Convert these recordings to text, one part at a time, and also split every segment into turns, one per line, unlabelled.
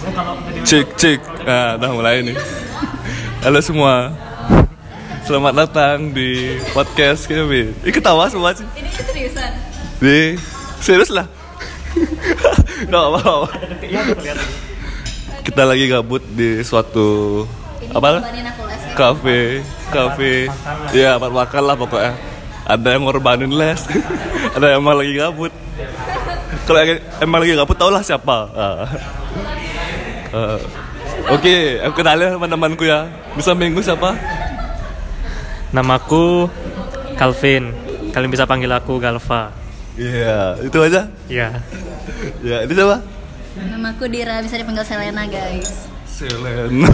Cek. Nah, udah mulai nih. Halo semua. Selamat datang di podcast kami. Ketawa semua sih.
Ini seriusan?
Serius lah. Gak apa-apa. Kita lagi gabut di suatu kafe. Ya, makan lah pokoknya. Ada yang ngorbanin les. Ada yang emang lagi gabut. Kalau emang lagi gabut tau lah siapa. Oke, aku kenalin teman-temanku ya. Bisa minggu siapa?
Namaku Calvin. Kalian bisa panggil aku Galva.
Iya, itu aja.
Iya.
Ya, ini siapa?
Namaku Dira, bisa dipanggil Selena guys.
Selena.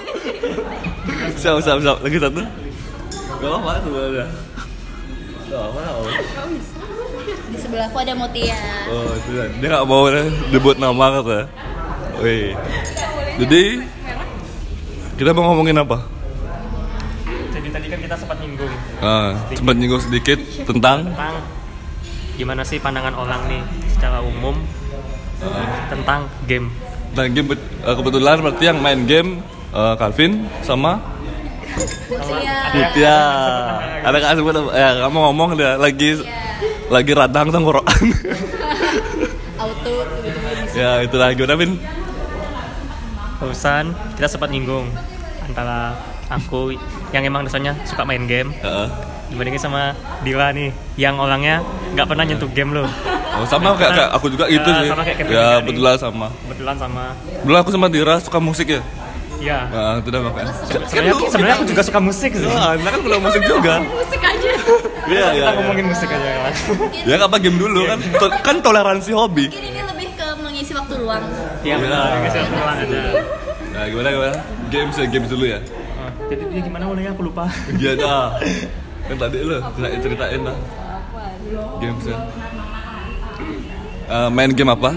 Siap. Lagi satu. Gak apa-apa sebenarnya. Gak apa-apa.
Di sebelahku ada Mutia.
Oh, itu ya. Dia gak mau debut nama kata. Wih. Jadi kita mau ngomongin apa?
Jadi tadi kan kita sempat
nyinggung sedikit tentang
gimana sih pandangan orang nih secara umum tentang game.
Tentang game, kebetulan berarti yang main game Calvin sama Mutia. Ada kan sebut ya, kamu ngomong dia lagi radang tenggorokan.
Auto gitu.
Ya, itu lagi udah Vin.
Barusan kita sempat nyinggung antara aku yang emang dasarnya suka main game dibandingin sama Dila nih yang orangnya nggak pernah nyentuh game loh.
Oh, sama kayak aku juga gitu sih.
Sama kayak
ya betulan sama. Dulu aku sama Dira suka musik ya.
Iya.
Nah, itu dah makanya.
Sebenarnya aku juga suka musik sih.
Nah, kan pula musik juga.
Musik aja.
Iya.
Kita ngomongin musik aja kan.
Ya nggak apa game dulu kan. Kan toleransi hobi.
Mungkin ini lebih ke mengisi waktu luang.
Iya benar. Mengisi waktu luang aja.
Nah, gimana? Games dulu ya.
Jadi dia gimana mulainya aku lupa.
Iya dah. Kan tadi lo ceritain dah. Games ya. Main game apa?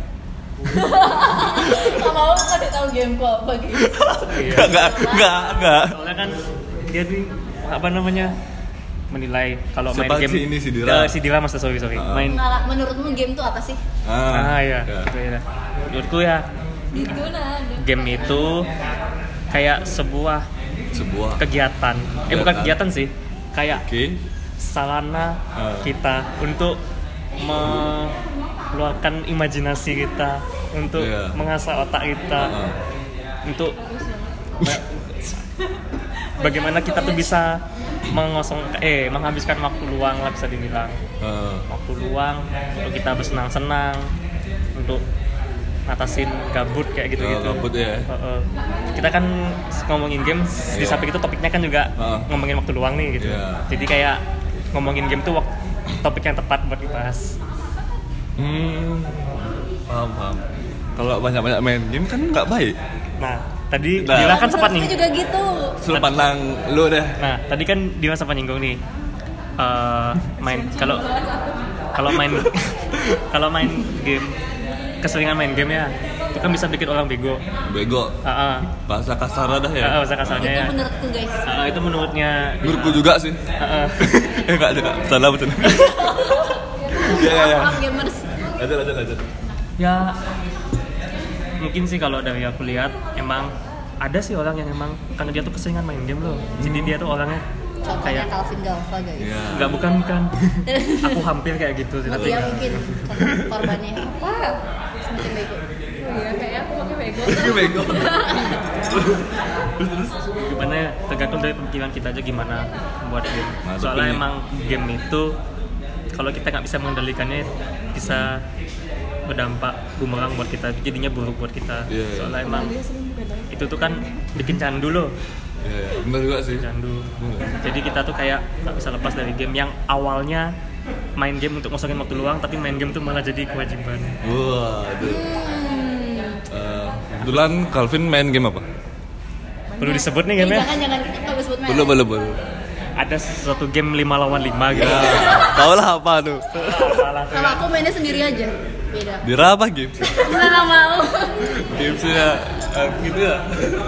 Gak mau kasih tahu game kok apa gitu.
Enggak.
Soalnya kan dia tuh apa namanya menilai kalau main
siapa
game.
Sih ini si Dira?
Si Dira mas sorry. Main.
Menurutmu game tuh apa sih?
Iya. Gitu ya. Menurutku ya.
Gitu nah.
Game itu kayak sebuah kegiatan. Bukan kegiatan sih. Kayak sarana kita untuk mengeluarkan imajinasi kita, untuk mengasah otak kita, untuk bagaimana kita tuh bisa menghabiskan waktu luang lah bisa dibilang. Waktu luang untuk kita bersenang-senang, untuk ngatasin gabut kayak gitu-gitu.
Gabut ya.
Kita kan ngomongin game, di samping itu topiknya kan juga ngomongin waktu luang nih gitu. Jadi kayak ngomongin game tuh topik yang tepat buat dibahas.
Paham. Kalau banyak main game kan nggak baik.
Nah, tadi Dila kan sempat nyinggung
juga gitu.
Sudut pandang lu deh.
Nah, tadi kan Dila sempat nyinggung nih. Main kalau main game, keseringan main game ya, itu kan bisa bikin orang bego. Bahasa kasar dah ya. Bahasa kasarnya ya.
Itu menurutku guys.
Itu menurutku
juga sih. Enggak salah betul. Ya.
Gamers.
Lanjut.
Ya mungkin sih kalau dari aku lihat emang ada sih orang yang emang karena dia tuh keseringan main game loh. Jadi dia tuh orangnya
Contohnya Calvin Galva guys.
Enggak bukan. Aku hampir kayak gitu sih.
Dia mungkin korbannya apa? Semacam bego. Iya kayak aku pakai bego.
Terus
gimana ya? Tergantung dari pemikiran kita aja gimana membuat game. Soalnya emang game itu kalau kita nggak bisa mengendalikannya bisa berdampak bumerang buat kita, jadinya buruk buat kita. Soalnya emang itu tuh kan bikin candu loh.
Bener juga sih.
Candu. Jadi kita tuh kayak nggak bisa lepas dari game yang awalnya main game untuk ngosongin waktu luang, tapi main game tuh malah jadi kewajiban.
Waduh. Kebetulan Calvin main game apa?
Perlu disebut nih game-nya?
Jangan kita nggak sebut merek.
Belum.
Ada suatu game 5 lawan 5 gitu.
Tahu lah apa tuh?
Kalau aku mainnya sendiri aja. Beda.
Dira apa game?
Nggak mau.
Gamesnya gitu ya.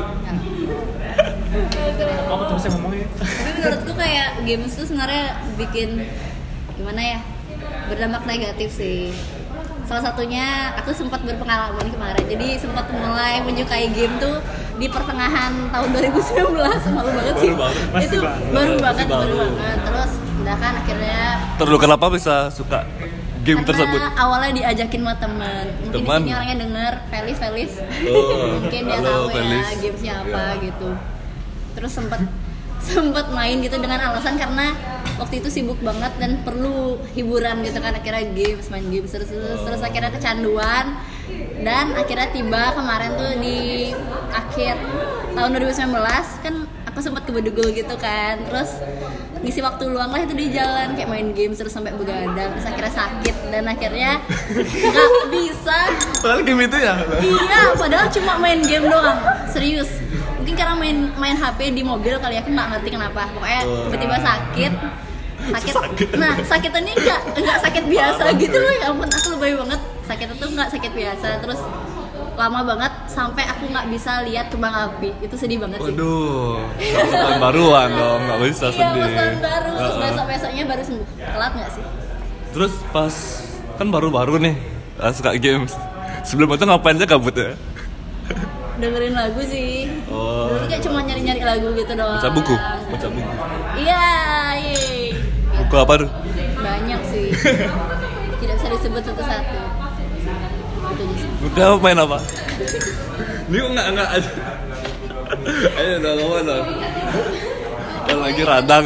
Apa terus yang ngomongnya?
Tapi menurutku kayak games tuh sebenarnya bikin gimana ya, berdampak negatif sih. salah satunya aku sempat berpengalaman kemarin. Jadi sempat mulai menyukai game tuh di pertengahan tahun 2019. Malu banget sih. Itu baru banget. Terus udah kan akhirnya.
Terus kenapa bisa suka game
karena
tersebut?
Awalnya diajakin sama teman. Mungkin di sini orangnya denger Felis. Mungkin dia tahu
Felis.
ya gamesnya apa gitu. Terus sempat main gitu dengan alasan karena waktu itu sibuk banget dan perlu hiburan gitu kan, akhirnya main games terus akhirnya kecanduan dan akhirnya tiba kemarin tuh di akhir tahun 2019 kan aku sempat ke Bedugul gitu kan, terus ngisi waktu luang lah itu di jalan kayak main games terus sampai begadang, terus akhirnya sakit dan akhirnya nggak bisa.
Padahal game itu ya?
Iya, padahal cuma main game doang, serius. Mungkin karena main HP di mobil kali, aku nggak ngerti kenapa. Pokoknya tiba-tiba sakit. Nah, sakitannya nggak sakit biasa gitu loh, ya ampun, aku lebay banget. Sakitnya tuh nggak sakit biasa, terus lama banget sampai aku nggak bisa lihat kembang api. Itu sedih banget sih.
Waduh, pesan baruan dong, nggak bisa sedih.
Iya, pesan baru, terus besok-besoknya baru sembuh. Telat nggak sih?
Terus pas kan baru-baru nih suka games. Sebelum itu ngapain aja gabut ya?
Dengerin lagu sih. Dulu kayak cuma nyari-nyari lagu gitu doang.
Baca buku.
Iya.
Buku apa tuh?
Banyak sih. Tidak bisa disebut satu-satu. Itu aja sih.
Udah main apa? Ini kok enggak aja. Ayo udah ngomong dong. Lagi radang.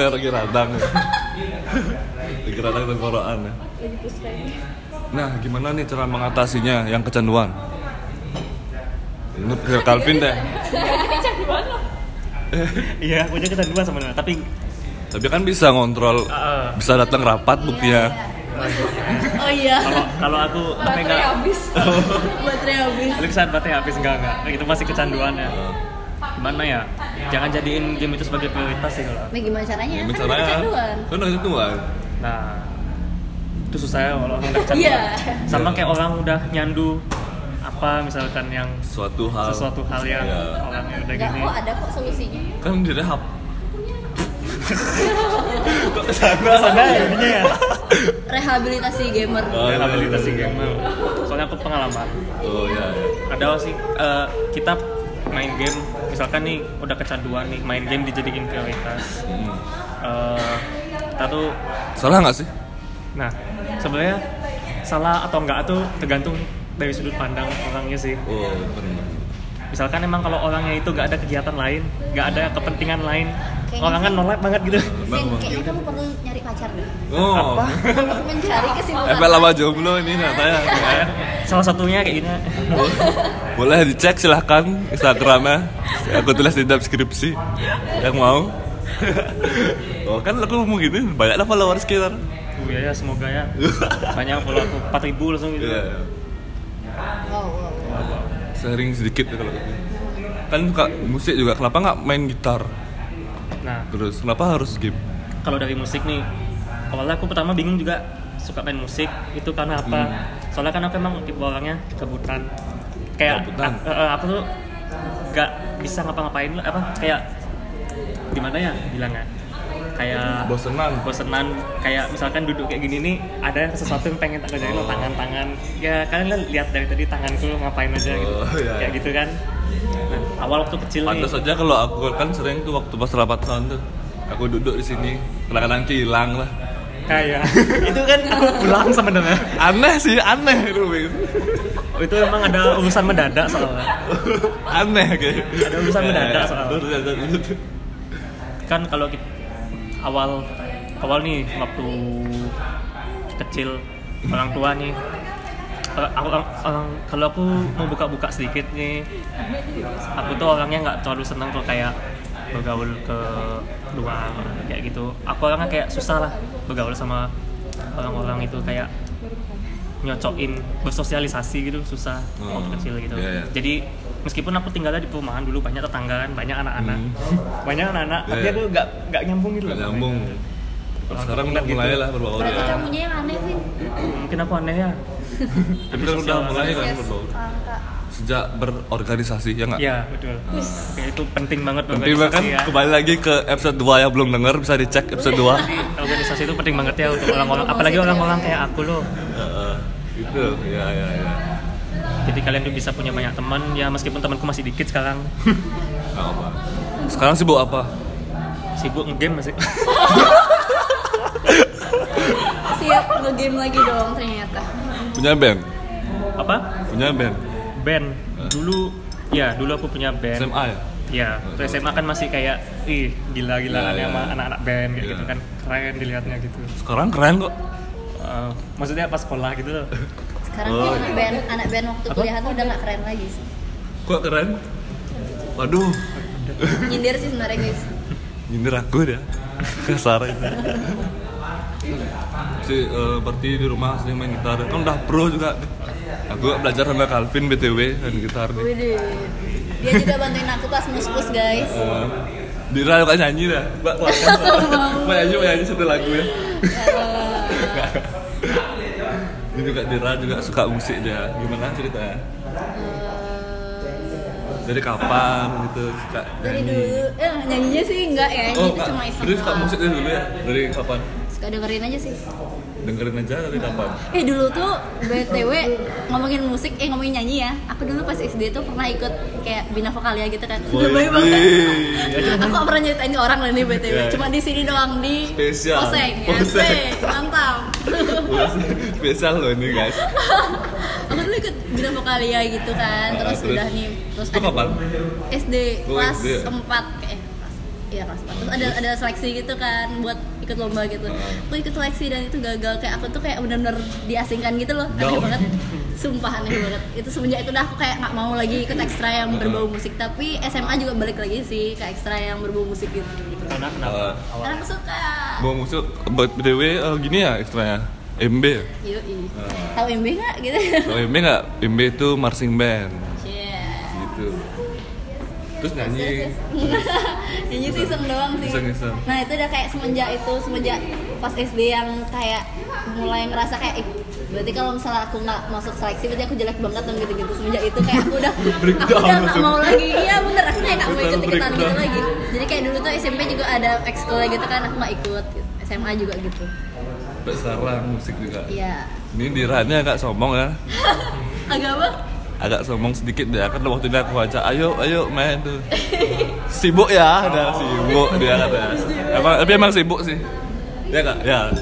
Lagi radang tenggorokan ya. Nah, gimana nih cara mengatasinya yang kecanduan? Ini ke Calvin deh.
Kecanduan loh.
Iya, aku aja kecanduan sebenarnya, tapi
kan bisa ngontrol, bisa datang rapat buktinya.
Oh iya.
Kalau aku
baterai habis. Baterai habis.
Paling saat baterai habis enggak. Itu masih kecanduan ya. Gimana ya? Jangan jadiin game itu sebagai prioritas sih kalau.
Nah, gimana caranya?
Gimana
Kan
caranya?
kecanduan.
Nah, itu susah ya kalau orang udah kecanduan.
Iya.
Sama kayak orang udah nyandu apa misalkan yang
Sesuatu hal
yang
ya.
orangnya udah
Enggak,
gini.
kok ada kok solusinya.
Kan direhab.
Kok kesana ya ininya ya?
Rehabilitasi gamer.
Rehabilitasi gamer. Soalnya aku pengalaman.
Oh iya.
Ada sih kita main game, misalkan nih udah kecanduan nih, main game dijadiin prioritas. Kita tuh
Salah nggak sih?
nah sebenarnya salah atau enggak tuh tergantung dari sudut pandang orangnya sih.
Oh benar.
Misalkan emang kalau orangnya itu nggak ada kegiatan lain, nggak ada kepentingan lain,
Kayaknya
orang kan nolak banget gitu.
Kayaknya kamu perlu nyari pacar deh.
Oh.
Apa?
Mencari kesibukan.
FL lama jomblo ini katanya.
Salah satunya kayak gini.
Boleh dicek silahkan Instagramnya. Aku tulis di deskripsi yang mau. Oh kan aku mau gini banyak lah followers kita.
Oh iya ya, semoga ya. Banyak follow aku 4.000 langsung gitu.
Iya.
Wow.
Sering sedikit ya kalau gitu. Kan suka musik juga, kenapa nggak main gitar?
Nah,
Terus kenapa harus game?
kalau dari musik nih, awalnya aku pertama bingung juga suka main musik itu karena apa? Soalnya kan aku emang tipe orangnya kebutan. Kayak
Kebutan.
aku tuh nggak bisa ngapa-ngapain apa kayak gimana ya bilangnya? Kayak bosenan kayak misalkan duduk kayak gini nih ada sesuatu yang pengen tak kerjain tangan ya kalian lihat dari tadi tanganku ngapain aja gitu
iya.
kayak gitu kan. Nah, awal waktu kecil nih
Pantas aja kalau aku kan sering tuh waktu pas rapat tahun tuh aku duduk di sini kadang-kadang hilang lah.
kayak itu kan aku pulang sebenarnya
Aneh itu.
itu emang ada urusan mendadak soalnya.
Aneh kayak.
Ada urusan mendadak soalnya.
Terus.
Kan kalau awal nih waktu kecil orang tua nih kalau aku mau buka sedikit nih aku tuh orangnya nggak terlalu senang kalau kayak bergaul ke luar kayak gitu. Aku orangnya kayak susah lah bergaul sama orang-orang itu kayak nyocokin bersosialisasi gitu susah waktu kecil gitu.
Yeah.
Jadi meskipun aku tinggalnya di perumahan dulu banyak tetangga kan banyak anak-anak tapi aku nggak nyambung gitu loh.
Nggak nyambung. Sekarang udah
gitu.
mulai lah berbaur.
Berarti kamunya yang aneh sih.
Mungkin aku aneh ya.
Tapi kan udah mulai kan berbaur. Sejak berorganisasi ya nggak?
Iya betul. Oke, itu penting banget
Penting banget kan
organisasi ya.
kembali lagi ke episode 2 yang belum denger bisa dicek episode 2.
Jadi organisasi itu penting banget ya untuk orang-orang apalagi orang-orang kayak aku loh.
Gitu. Ya.
Jadi kalian tuh bisa punya banyak teman ya, meskipun temanku masih dikit sekarang.
Nggak apa. Sekarang sibuk apa?
Sibuk nge-game masih.
Siap nge-game lagi dong ternyata.
Punya band?
Apa?
Punya band?
Band. Dulu aku punya band.
SMA ya?
Ya, waktu SMA kan masih kayak gila-gilaan sama anak-anak band kayak gitu kan, keren dilihatnya gitu.
Sekarang keren kok.
Maksudnya pas sekolah gitu loh.
Sekarang anak band waktu kuliah tuh udah nggak keren lagi sih.
Kok keren? Waduh.
Nyindir sih sebenarnya guys.
Nyindir aku dia. Kasar itu. Berarti di rumah sering main gitar. Kan udah pro juga. Aku belajar sama Calvin BTW main gitar nih.
Widih. Dia juga bantuin aku pas mus-mus guys.
Dira juga nyanyi dah. Mbak nyanyi satu lagu ya. Ini juga Dira juga suka musik dia. Gimana ceritanya? Dari kapan gitu suka nyanyi?
Dari dulu, nyanyinya sih enggak ya, itu cuma iseng.
Jadi suka musik dari dulu ya? Dari kapan?
Suka dengerin aja sih.
Dengerin aja dari kapan?
Dulu tuh BTW ngomongin musik, ngomongin nyanyi ya. Aku dulu pas SD tuh pernah ikut kayak Bina Vokalia gitu kan. Lebay banget. Aku gak pernah nyeritain ke orang loh ini BTW. Cuma di sini doang di
spesial.
Oseng. Mantap.
Spesial loh ini guys.
Aku dulu ikut Bina Vokalia gitu kan. Terus udah nih. Terus
itu kapan?
SD kelas
SD.
4 kayak. Iya kelas 4. Terus ada seleksi gitu kan buat ikut lomba gitu. Aku ikut seleksi dan itu gagal, kayak aku tuh kayak benar-benar diasingkan gitu loh. Aneh banget. Sumpah aneh banget. Itu semenjak itu udah aku kayak nggak mau lagi ikut ekstra yang berbau musik. Tapi SMA juga balik lagi sih ke ekstra yang berbau musik gitu.
Karena
Karena aku suka.
Bawa musik BTW gini ya ekstranya. MB ya?
Yoi. Tahu MB nggak gitu?
Tahu MB nggak? MB itu marching band.
Yeah.
Gitu. Terus nyanyi.
Nyanyi sih iseng doang sih.
Iseng.
Nah itu udah kayak semenjak pas SD yang kayak mulai ngerasa kayak berarti kalau misalnya aku nggak masuk seleksi berarti aku jelek banget dong gitu. Semenjak itu kayak aku udah nggak mau lagi. Iya bener, aku kayak nggak mau ikut-ikutan gitu lagi. Jadi kayak dulu tuh SMP juga ada ekskul gitu kan, aku nggak ikut. Gitu. SMA juga gitu.
Sampai sekarang musik juga.
Iya.
Ini Diranya agak sombong ya.
Agak apa?
Agak sombong sedikit dia kan waktu dia aku baca ayo main tuh. Sibuk ya, udah sibuk dia katanya. Emang sibuk sih. Ya enggak? Ya.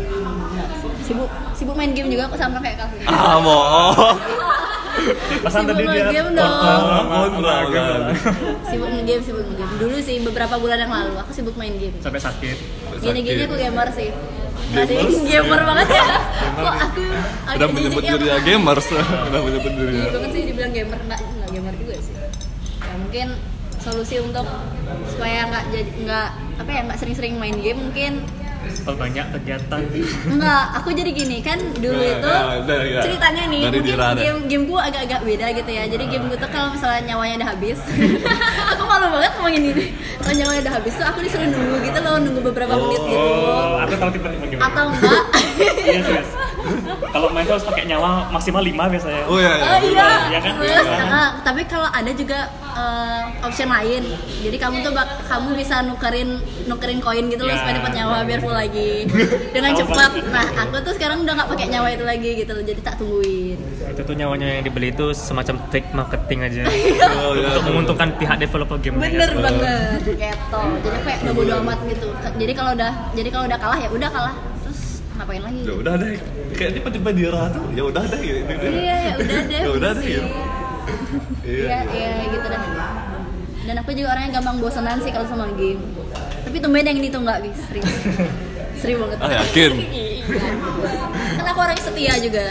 Sibuk main game juga aku sama kayak Calvin.
Mau.
Pasan tadi dia.
Game dong.
Sibuk
nge-game. Dulu sih beberapa bulan yang lalu aku sibuk main game.
sampai sakit.
Gini-gini aku gamer sih. Tadi gamer banget ya. Kok aku
udah menyebut dirinya gamers. Udah menyebut dirinya.
Iya banget sih dibilang gamer, enggak gamer juga sih. Ya mungkin solusi untuk supaya nggak sering-sering main game mungkin
Banyak kegiatan.
Enggak, aku jadi gini kan dulu itu ceritanya nih mungkin gameku agak-agak beda gitu ya. Jadi gameku tuh kalau misalnya nyawanya udah habis, aku malu banget ngomongin ini. Kalau nyawanya udah habis tuh aku disuruh nunggu gitu loh, nunggu beberapa menit gitu.
Aku tahu tipe-tipe gimana.
Atau enggak?
Yes. Kalau main tuh harus pakai nyawa maksimal 5 biasanya.
Oh iya.
Iya kan?
Terus, tapi kalau ada juga option lain. Jadi kamu bisa nukerin koin gitu loh supaya dapat nyawa biar full lagi dengan cepat. Nah, aku tuh sekarang udah nggak pakai nyawa itu lagi gitu loh. Jadi tak tungguin.
Itu tuh nyawanya yang dibeli itu semacam trik marketing aja. Untuk menguntungkan pihak developer game.
Bener banget. Gitu. Jadi kayak udah bodo amat gitu. Jadi kalau udah kalah ya udah kalah. Terus ngapain lagi?
Ya udah deh. Kayak tiba-tiba Dira tuh. Ya udah deh gitu.
Iya, ya udah deh.
Ya udah deh.
Iya gitu dah. Dan aku juga orangnya gampang bosanan sih kalau sama game. Tapi tumben yang ini tuh nggak bis, sering banget.
Yakin?
Kan aku orang setia juga.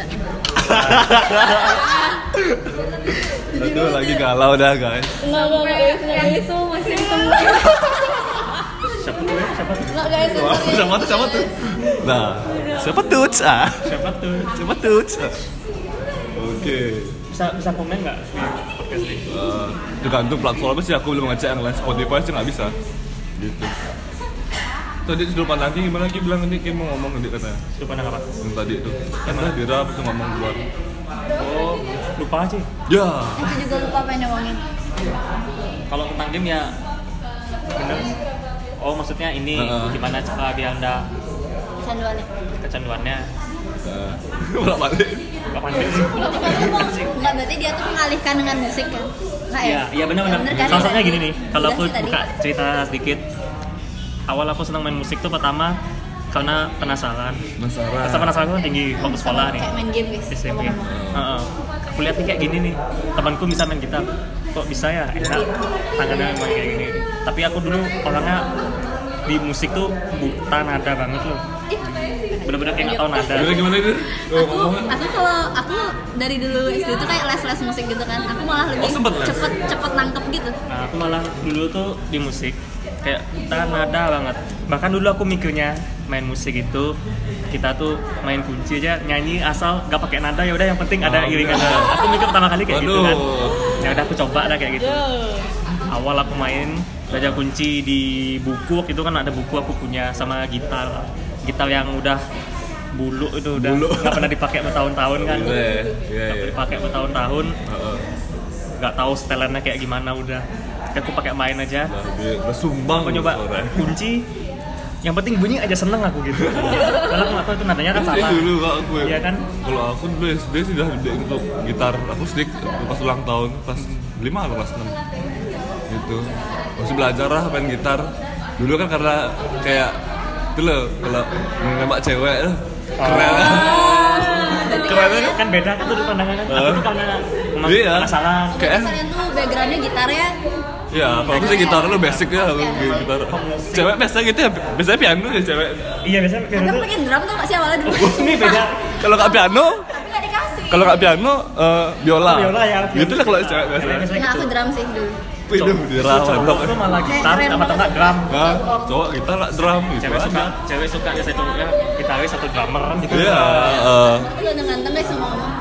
Itu lagi galau dah guys.
Enggak itu masih temen.
Siapa tuh?
Enggak guys.
Siapa tuh? Nah, siapa tuh? Siapa tuh? Oke.
Bisa komen nggak di podcast ini?
Tergantung platformnya sih, aku belum ngecek yang lain. Spotify sih nggak bisa. Gitu. Tadi sudut pandang Ki gimana Ki bilang nanti Ki mau ngomong nanti katanya.
Sudut pandang apa?
Yang tadi itu. Karena Dira bisa ngomong keluar.
Oh, lupa aja.
Ya.
Aku juga lupa apa yang ngomongin.
Kalau tentang game ya bener. Oh, maksudnya ini gimana cara biar anda
Kecanduannya.
kecanduannya?
Bolak balik.
Kok pandai sih?
Enggak, berarti dia tuh mengalihkan dengan musik kan? Enggak ya?
Iya benar-benar.
Bener kan?
Salah satunya gini nih, kalau
Udah
aku
sih tadi.
buka cerita sedikit. Awal aku senang main musik tuh pertama karena penasaran. Rasa penasaran kan tinggi waktu sekolah nih.
Kayak main game guys.
SMP.
ngomong-ngomong.
Aku lihat nih kayak gini nih, temanku bisa main gitar. Kok bisa ya? Enak. Tangannya main kayak gini. Tapi aku dulu orangnya di musik tuh buta nada banget loh. Bener-bener kayak nggak tahu nada.
Gimana itu?
Aku kalau aku dari dulu SD tuh kayak les musik gitu kan. Aku malah lebih
sempet les?
cepet nangkep gitu.
Nah, aku malah dulu tuh di musik kayak buta nada banget. Bahkan dulu aku mikirnya main musik itu kita tuh main kunci aja nyanyi asal nggak pakai nada ya udah yang penting ada iringannya. Aku mikir pertama kali kayak gitu kan. Ya udah aku coba dah kayak gitu. Awal aku main belajar kunci di buku, waktu itu kan ada buku aku punya sama gitar yang udah bulu itu udah nggak pernah dipakai bertahun-tahun kan. Nggak pernah dipakai bertahun-tahun. Nggak tahu setelannya kayak gimana udah. Aku pakai main aja.
Bersumbang.
Aku nyoba kunci. Yang penting bunyi aja seneng aku gitu. Kalau aku nggak tahu itu nadanya kan salah.
Dulu aku.
Iya kan?
Kalau aku dulu SD sih udah untuk gitar akustik pas ulang tahun kelas 5 atau kelas 6 gitu. Masih belajar lah main gitar. Dulu kan karena kayak itu loh kalau nembak cewek loh. Keren.
Keren kan beda kan tuh pandangannya. Aku tuh karena memang penasaran.
Kayak
Kalian tuh backgroundnya gitar ya?
ya, kalau aku sih gitar lu basic ya, aku gitar. Cewek biasa gitu ya, biasanya piano ya cewek.
Iya biasanya
Ada
piano.
pakai drum tuh nggak sih awalnya dulu?
Ini beda.
Kalau nggak piano,
Tapi nggak dikasih.
kalau nggak piano, biola.
Biola ya.
Gitu lah kalau cewek biasanya.
Nah aku drum sih dulu.
Wih, dirawat.
Cowok tuh malah gitar
Keren
sama tengah drum.
Nah, cowok gitar lah drum gitu.
Cewek suka dia satu ya gitaris satu drummer kan gitu.
Iya.
Aku ganteng-ganteng guys ngomong-ngomong.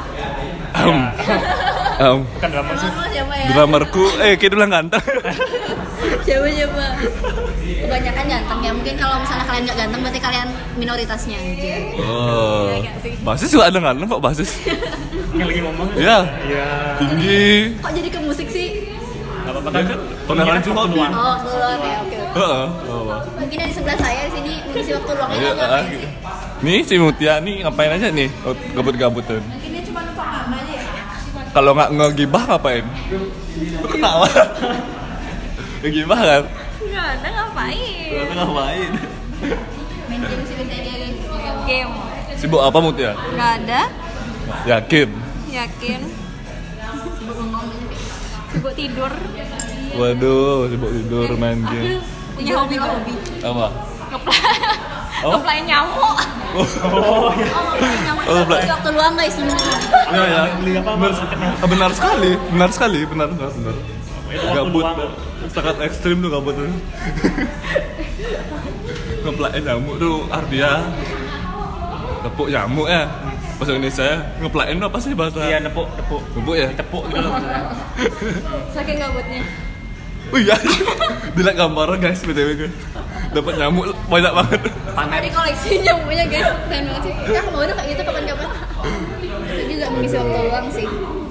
Bukan drummer sih.
Ngomong siapa ya?
Drummerku, kayak dulu ganteng.
Siapa? Kebanyakan ganteng ya. Mungkin kalau misalnya kalian nggak ganteng berarti kalian minoritasnya aja.
Oh, basis juga ada ganteng kok basis.
Yang lagi ngomong.
Iya.
Iya.
Tinggi.
Kok jadi ke musik sih?
Gak apa-apa
Dia
kan?
kan toleransi hobi.
Oh, keluar ya, oke.
Heeh.
Mungkin dari sebelah saya di sini mengisi waktu luangnya
Iya,
ngapain sih?
nih si Mutia nih ngapain aja nih gabut-gabutan.
Mungkin dia cuma numpang mama aja ya.
Kalau nggak ngegibah ngapain? Lu ketawa. Ngegibah kan?
Nggak ada ngapain?
Lu ngapain?
Main game sih biasanya dia guys.
Game.
Sibuk apa Mutia?
Nggak ada.
Yakin?
Yakin. Sibuk tidur.
Waduh, sibuk tidur main game.
Punya hobi.
Apa?
Ngeplay.
Oh?
Ngeplay nyamuk.
Oh,
Nyamuk
Oh,
itu isi waktu luang guys.
ya ya. Benar sekali, benar. Gabut, sangat ekstrim tuh gabut tuh. Ngeplain nyamuk tuh artinya tepuk nyamuk ya. Bahasa Indonesia ya, ngeplain apa sih bahasa?
Iya nepuk.
Tepuk ya?
Tepuk gitu loh.
Saking gabutnya.
Oh iya, dilihat gambarnya guys, btw guys. Dapat nyamuk banyak banget.
Panen.
Dari koleksi nyamuknya guys. Keren banget sih. Ya aku mau udah kayak gitu kapan-kapan. Itu juga mengisi waktu luang sih.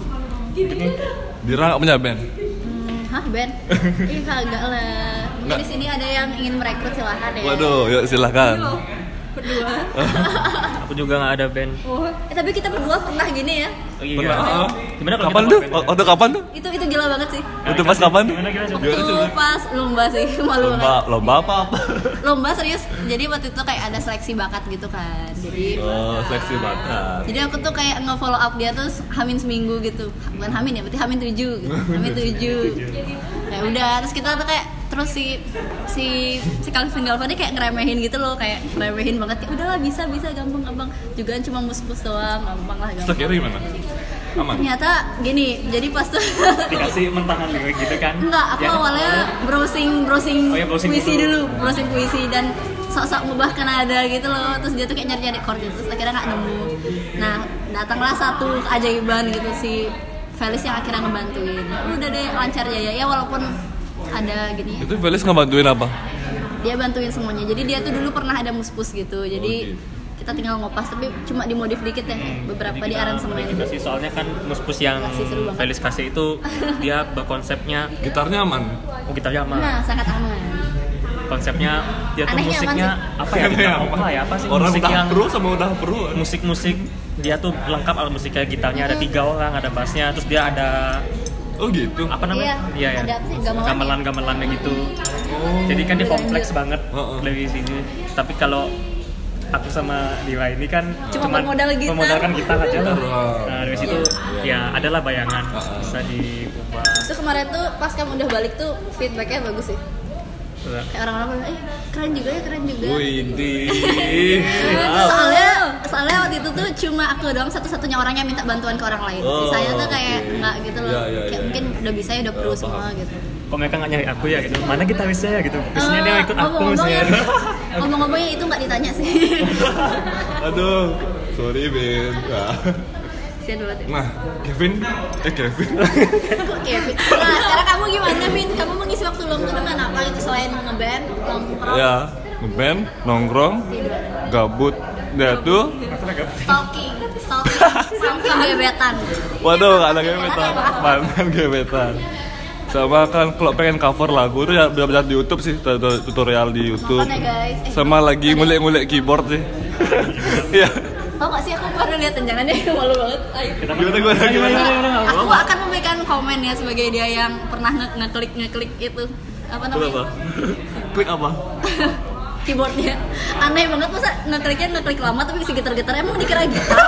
Dira nggak punya band?
Hah, Ben? Ih, kagak lah. Mungkin
Nggak.
di sini ada yang ingin merekrut silahkan ya.
Waduh, yuk silakan.
Berdua.
Aku juga nggak ada band.
Oh, tapi kita berdua pernah gini ya.
Oh, iya.
Pernah?
Gimana kalau
Kapan
kita
tuh?
buat band?
Waktu kapan tuh?
Itu gila banget sih.
Itu pas kapan?
Gimana kita coba?
Gimana
Itu
coba?
pas lomba sih, malu banget.
Lomba apa?
Lomba serius. Jadi waktu itu kayak ada seleksi bakat gitu kan. Jadi
Oh, seleksi bakat.
Jadi aku tuh kayak nge-follow up dia tuh hamin seminggu gitu. Bukan hamin ya, berarti hamin 7 gitu. Hamin 7. Ya udah, terus kita tuh kayak terus si Calvin Galvani kayak ngeremehin gitu loh, kayak ngeremehin banget. Ya udahlah bisa gampang. Juga cuma mus-mus doang, gampang lah gampang.
Terus akhirnya gimana? Aman?
Ternyata gini, jadi pas tuh
Dikasih mentahan lirik gitu kan?
enggak, aku
Ya.
awalnya browsing
Oh ya, browsing
puisi
dulu.
dulu, browsing puisi dan sok-sok ngubah ke nada gitu loh. Terus dia tuh kayak nyari-nyari chord gitu, terus akhirnya nggak nemu. Nah, datanglah satu keajaiban gitu si Felis yang akhirnya ngebantuin. Udah deh lancar jaya ya walaupun ada gini.
Itu Felis ngebantuin apa?
Dia bantuin semuanya. Jadi dia tuh dulu pernah ada muspus gitu. Jadi
gitu.
kita tinggal ngopas tapi cuma dimodif dikit ya, beberapa di aransemen.
Juga sih soalnya kan muspus yang
Kasih seru banget.
Felis kasih itu dia berkonsepnya
Gitarnya aman.
gitarnya aman.
Nah, sangat aman.
Konsepnya dia tuh
Anehnya
musiknya
aman
apa ya? Apa ya? Apa sih
Orang
musik
udah
yang
pro sama udah pro.
musik-musik dia tuh lengkap alat musiknya, gitarnya ada 3 orang, ada bassnya, terus dia ada
Oh gitu.
apa namanya?
Iya, ada apa sih? Gamelan.
Gamelan gitu. Jadi kan dia kompleks banget dari sini. Tapi kalau aku sama Dila ini kan
Cuma
memodalkan gitar aja loh.
Wow.
Nah, dari situ ya adalah bayangan bisa diubah.
Terus kemarin tuh pas kamu udah balik tuh feedbacknya bagus sih. Kayak orang-orang bilang, keren juga.
Widih.
Soalnya waktu itu tuh cuma aku doang satu-satunya orang yang minta bantuan ke orang lain. Sisanya tuh kayak enggak gitu loh. Kayak mungkin udah bisa ya, udah pro semua gitu.
Kok mereka nggak nyari aku ya gitu? Mana gitarisnya ya gitu? Biasanya dia ikut aku misalnya.
Ngomong-ngomongnya itu nggak ditanya sih.
Aduh, sorry Ben.
Kasian banget.
Nah, Kevin.
Kok Kevin? Nah, sekarang kamu gimana, Vin? Kamu mengisi waktu luang tuh dengan apa itu selain ngeband, nongkrong,
Ya, ngeband, nongkrong, gabut. Dia tuh,
stalking gebetan.
waduh, gak ada gebetan, mantan gebetan. Sama kan kalau pengen cover lagu tuh ya belajar di YouTube sih, tutorial di YouTube.
Nonton ya, guys.
Sama lagi ngulik-ngulik keyboard sih. Iya.
Tau gak sih aku baru lihat jangannya malu banget. Ayo.
Gimana?
Aku akan memberikan komen ya sebagai dia yang pernah ngeklik itu apa namanya?
Klik apa?
Keyboardnya aneh banget, masa ngeklik lama tapi bisa gitar-gitar, emang dikira gitar?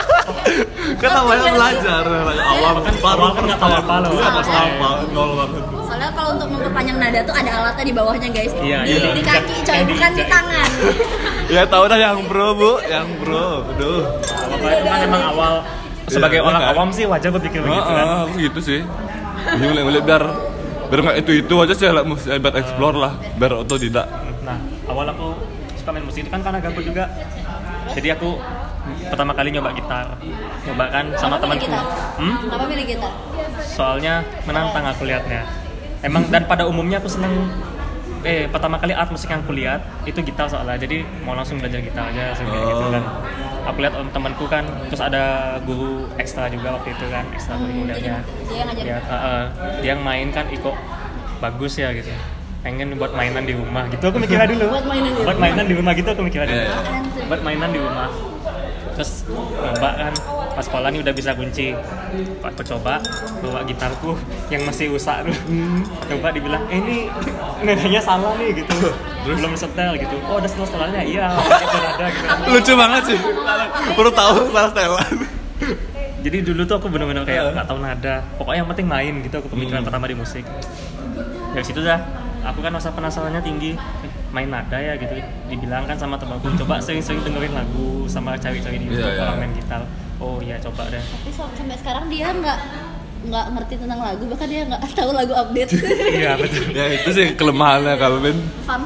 Kan namanya belajar, awam kan
Awal kan nggak tahu apa loh.
Nggak tahu apa, nol banget.
Soalnya kalau untuk memperpanjang nada tuh ada alatnya di bawahnya guys.
Iya,
Di kaki coy, bukan di tangan.
Ya tahu dah yang pro Bu, aduh.
Pokoknya itu kan emang awal sebagai
Iya,
orang
kan?
awam sih wajar berpikir begitu kan.
Aku gitu sih. Ngulik-ngulik biar nggak itu aja sih lah, biar explore lah, biar otodidak.
Nah, awal aku suka main musik itu kan karena gabut juga. Jadi aku pertama kali nyoba gitar, nyoba kan sama temanku.
Kenapa pilih gitar?
Soalnya menantang aku lihatnya. Emang dan pada umumnya aku seneng. Pertama kali art musik yang aku lihat itu gitar soalnya. Jadi mau langsung belajar gitar aja gitu kan. Aku lihat temanku kan, terus ada guru ekstra juga waktu itu kan, ekstra kurikulernya.
Dia yang ngajarin.
Ya, dia yang main kan Iko bagus ya gitu. Pengen buat mainan di rumah gitu aku mikirnya dulu. Buat mainan di rumah gitu aku mikirnya dulu. Buat mainan di rumah. Terus coba kan pas sekolah nih udah bisa kunci. Aku coba bawa gitarku yang masih rusak tuh. Coba dibilang, ini nadanya salah nih gitu. Terus belum setel gitu. Oh, ada setel-setelannya. Iya, itu nada gitu.
Lucu banget sih. Baru tahu salah setelan.
Jadi dulu tuh aku bener-bener kayak nggak tahu nada. Pokoknya yang penting main gitu aku pemikiran pertama di musik. Dari situ dah aku kan rasa penasarannya tinggi, main nada ya gitu. Dibilang kan sama temanku, coba sering-sering dengerin lagu sama cari-cari di YouTube orang main gitar. Oh iya coba deh.
Tapi sampai sekarang dia nggak ngerti tentang lagu, bahkan dia nggak tahu lagu update.
Iya betul.
Ya itu sih kelemahannya kalau Ben.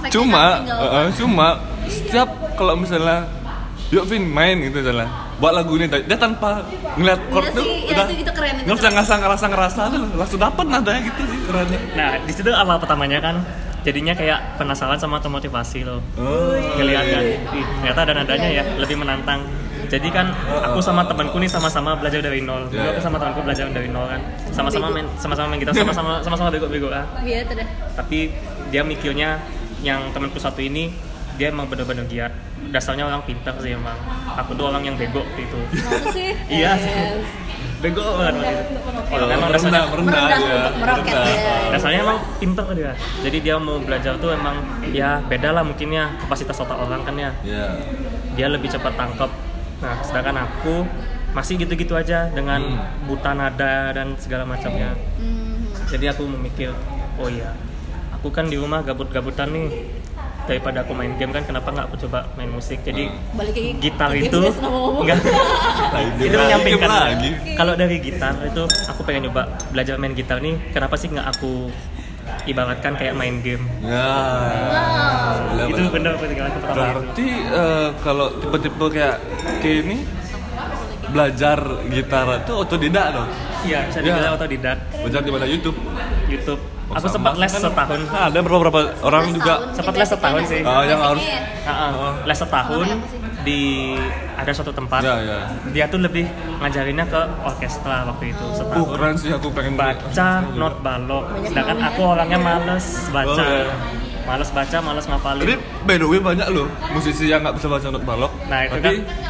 Cuma setiap kalau misalnya yuk Vin main gitu misalnya buat lagu ini, dia tanpa ngeliat chord tuh udah
itu keren.
nggak usah ngerasa tuh langsung dapet nadanya gitu sih kerennya.
Nah di situ awal pertamanya kan jadinya kayak penasaran sama termotivasi loh. Ngeliat kan, ternyata ada nadanya ya, lebih menantang. Jadi kan aku sama temanku nih sama-sama belajar dari nol. Dulu aku sama temanku belajar dari nol kan. Sama-sama main gitar, sama-sama bego-bego kan.
Iya itu dah.
Tapi dia mikirnya yang temanku satu ini dia emang bener-bener giat. Dasarnya orang pintar sih emang. Aku tuh orang yang bego gitu.
Masa sih?
Iya sih. Bego banget waktu itu. Orang emang dasarnya
merendah untuk meroket ya.
Dasarnya emang pintar dia. Jadi dia mau belajar tuh emang ya beda lah mungkinnya kapasitas otak orang kan ya. Dia lebih cepat tangkap. Nah, sedangkan aku masih gitu-gitu aja dengan buta nada dan segala macamnya. Jadi aku memikir, oh iya, aku kan di rumah gabut-gabutan nih. Daripada aku main game kan, kenapa nggak aku coba main musik? Jadi gitar itu enggak itu menyampingkan lagi. Kalau dari gitar itu aku pengen coba belajar main gitar nih. Kenapa sih nggak aku ibaratkan kayak main game? Itu bener pikiran pertama.
Berarti kalau tipe-tipe kayak ini belajar gitar itu otodidak dong?
Iya, bisa dibilang otodidak.
Belajar di mana? YouTube.
Aku sempat les setahun.
Ada beberapa orang juga
sempat les setahun sih.
Yang harus
les setahun di ada suatu tempat. Dia tuh lebih ngajarinnya ke orkestra waktu itu setahun.
Keren sih, aku pengen
baca not balok. Sedangkan aku orangnya males baca. Males ngapalin.
Jadi by the way banyak loh musisi yang nggak bisa baca not balok.
Nah itu
tapi
kan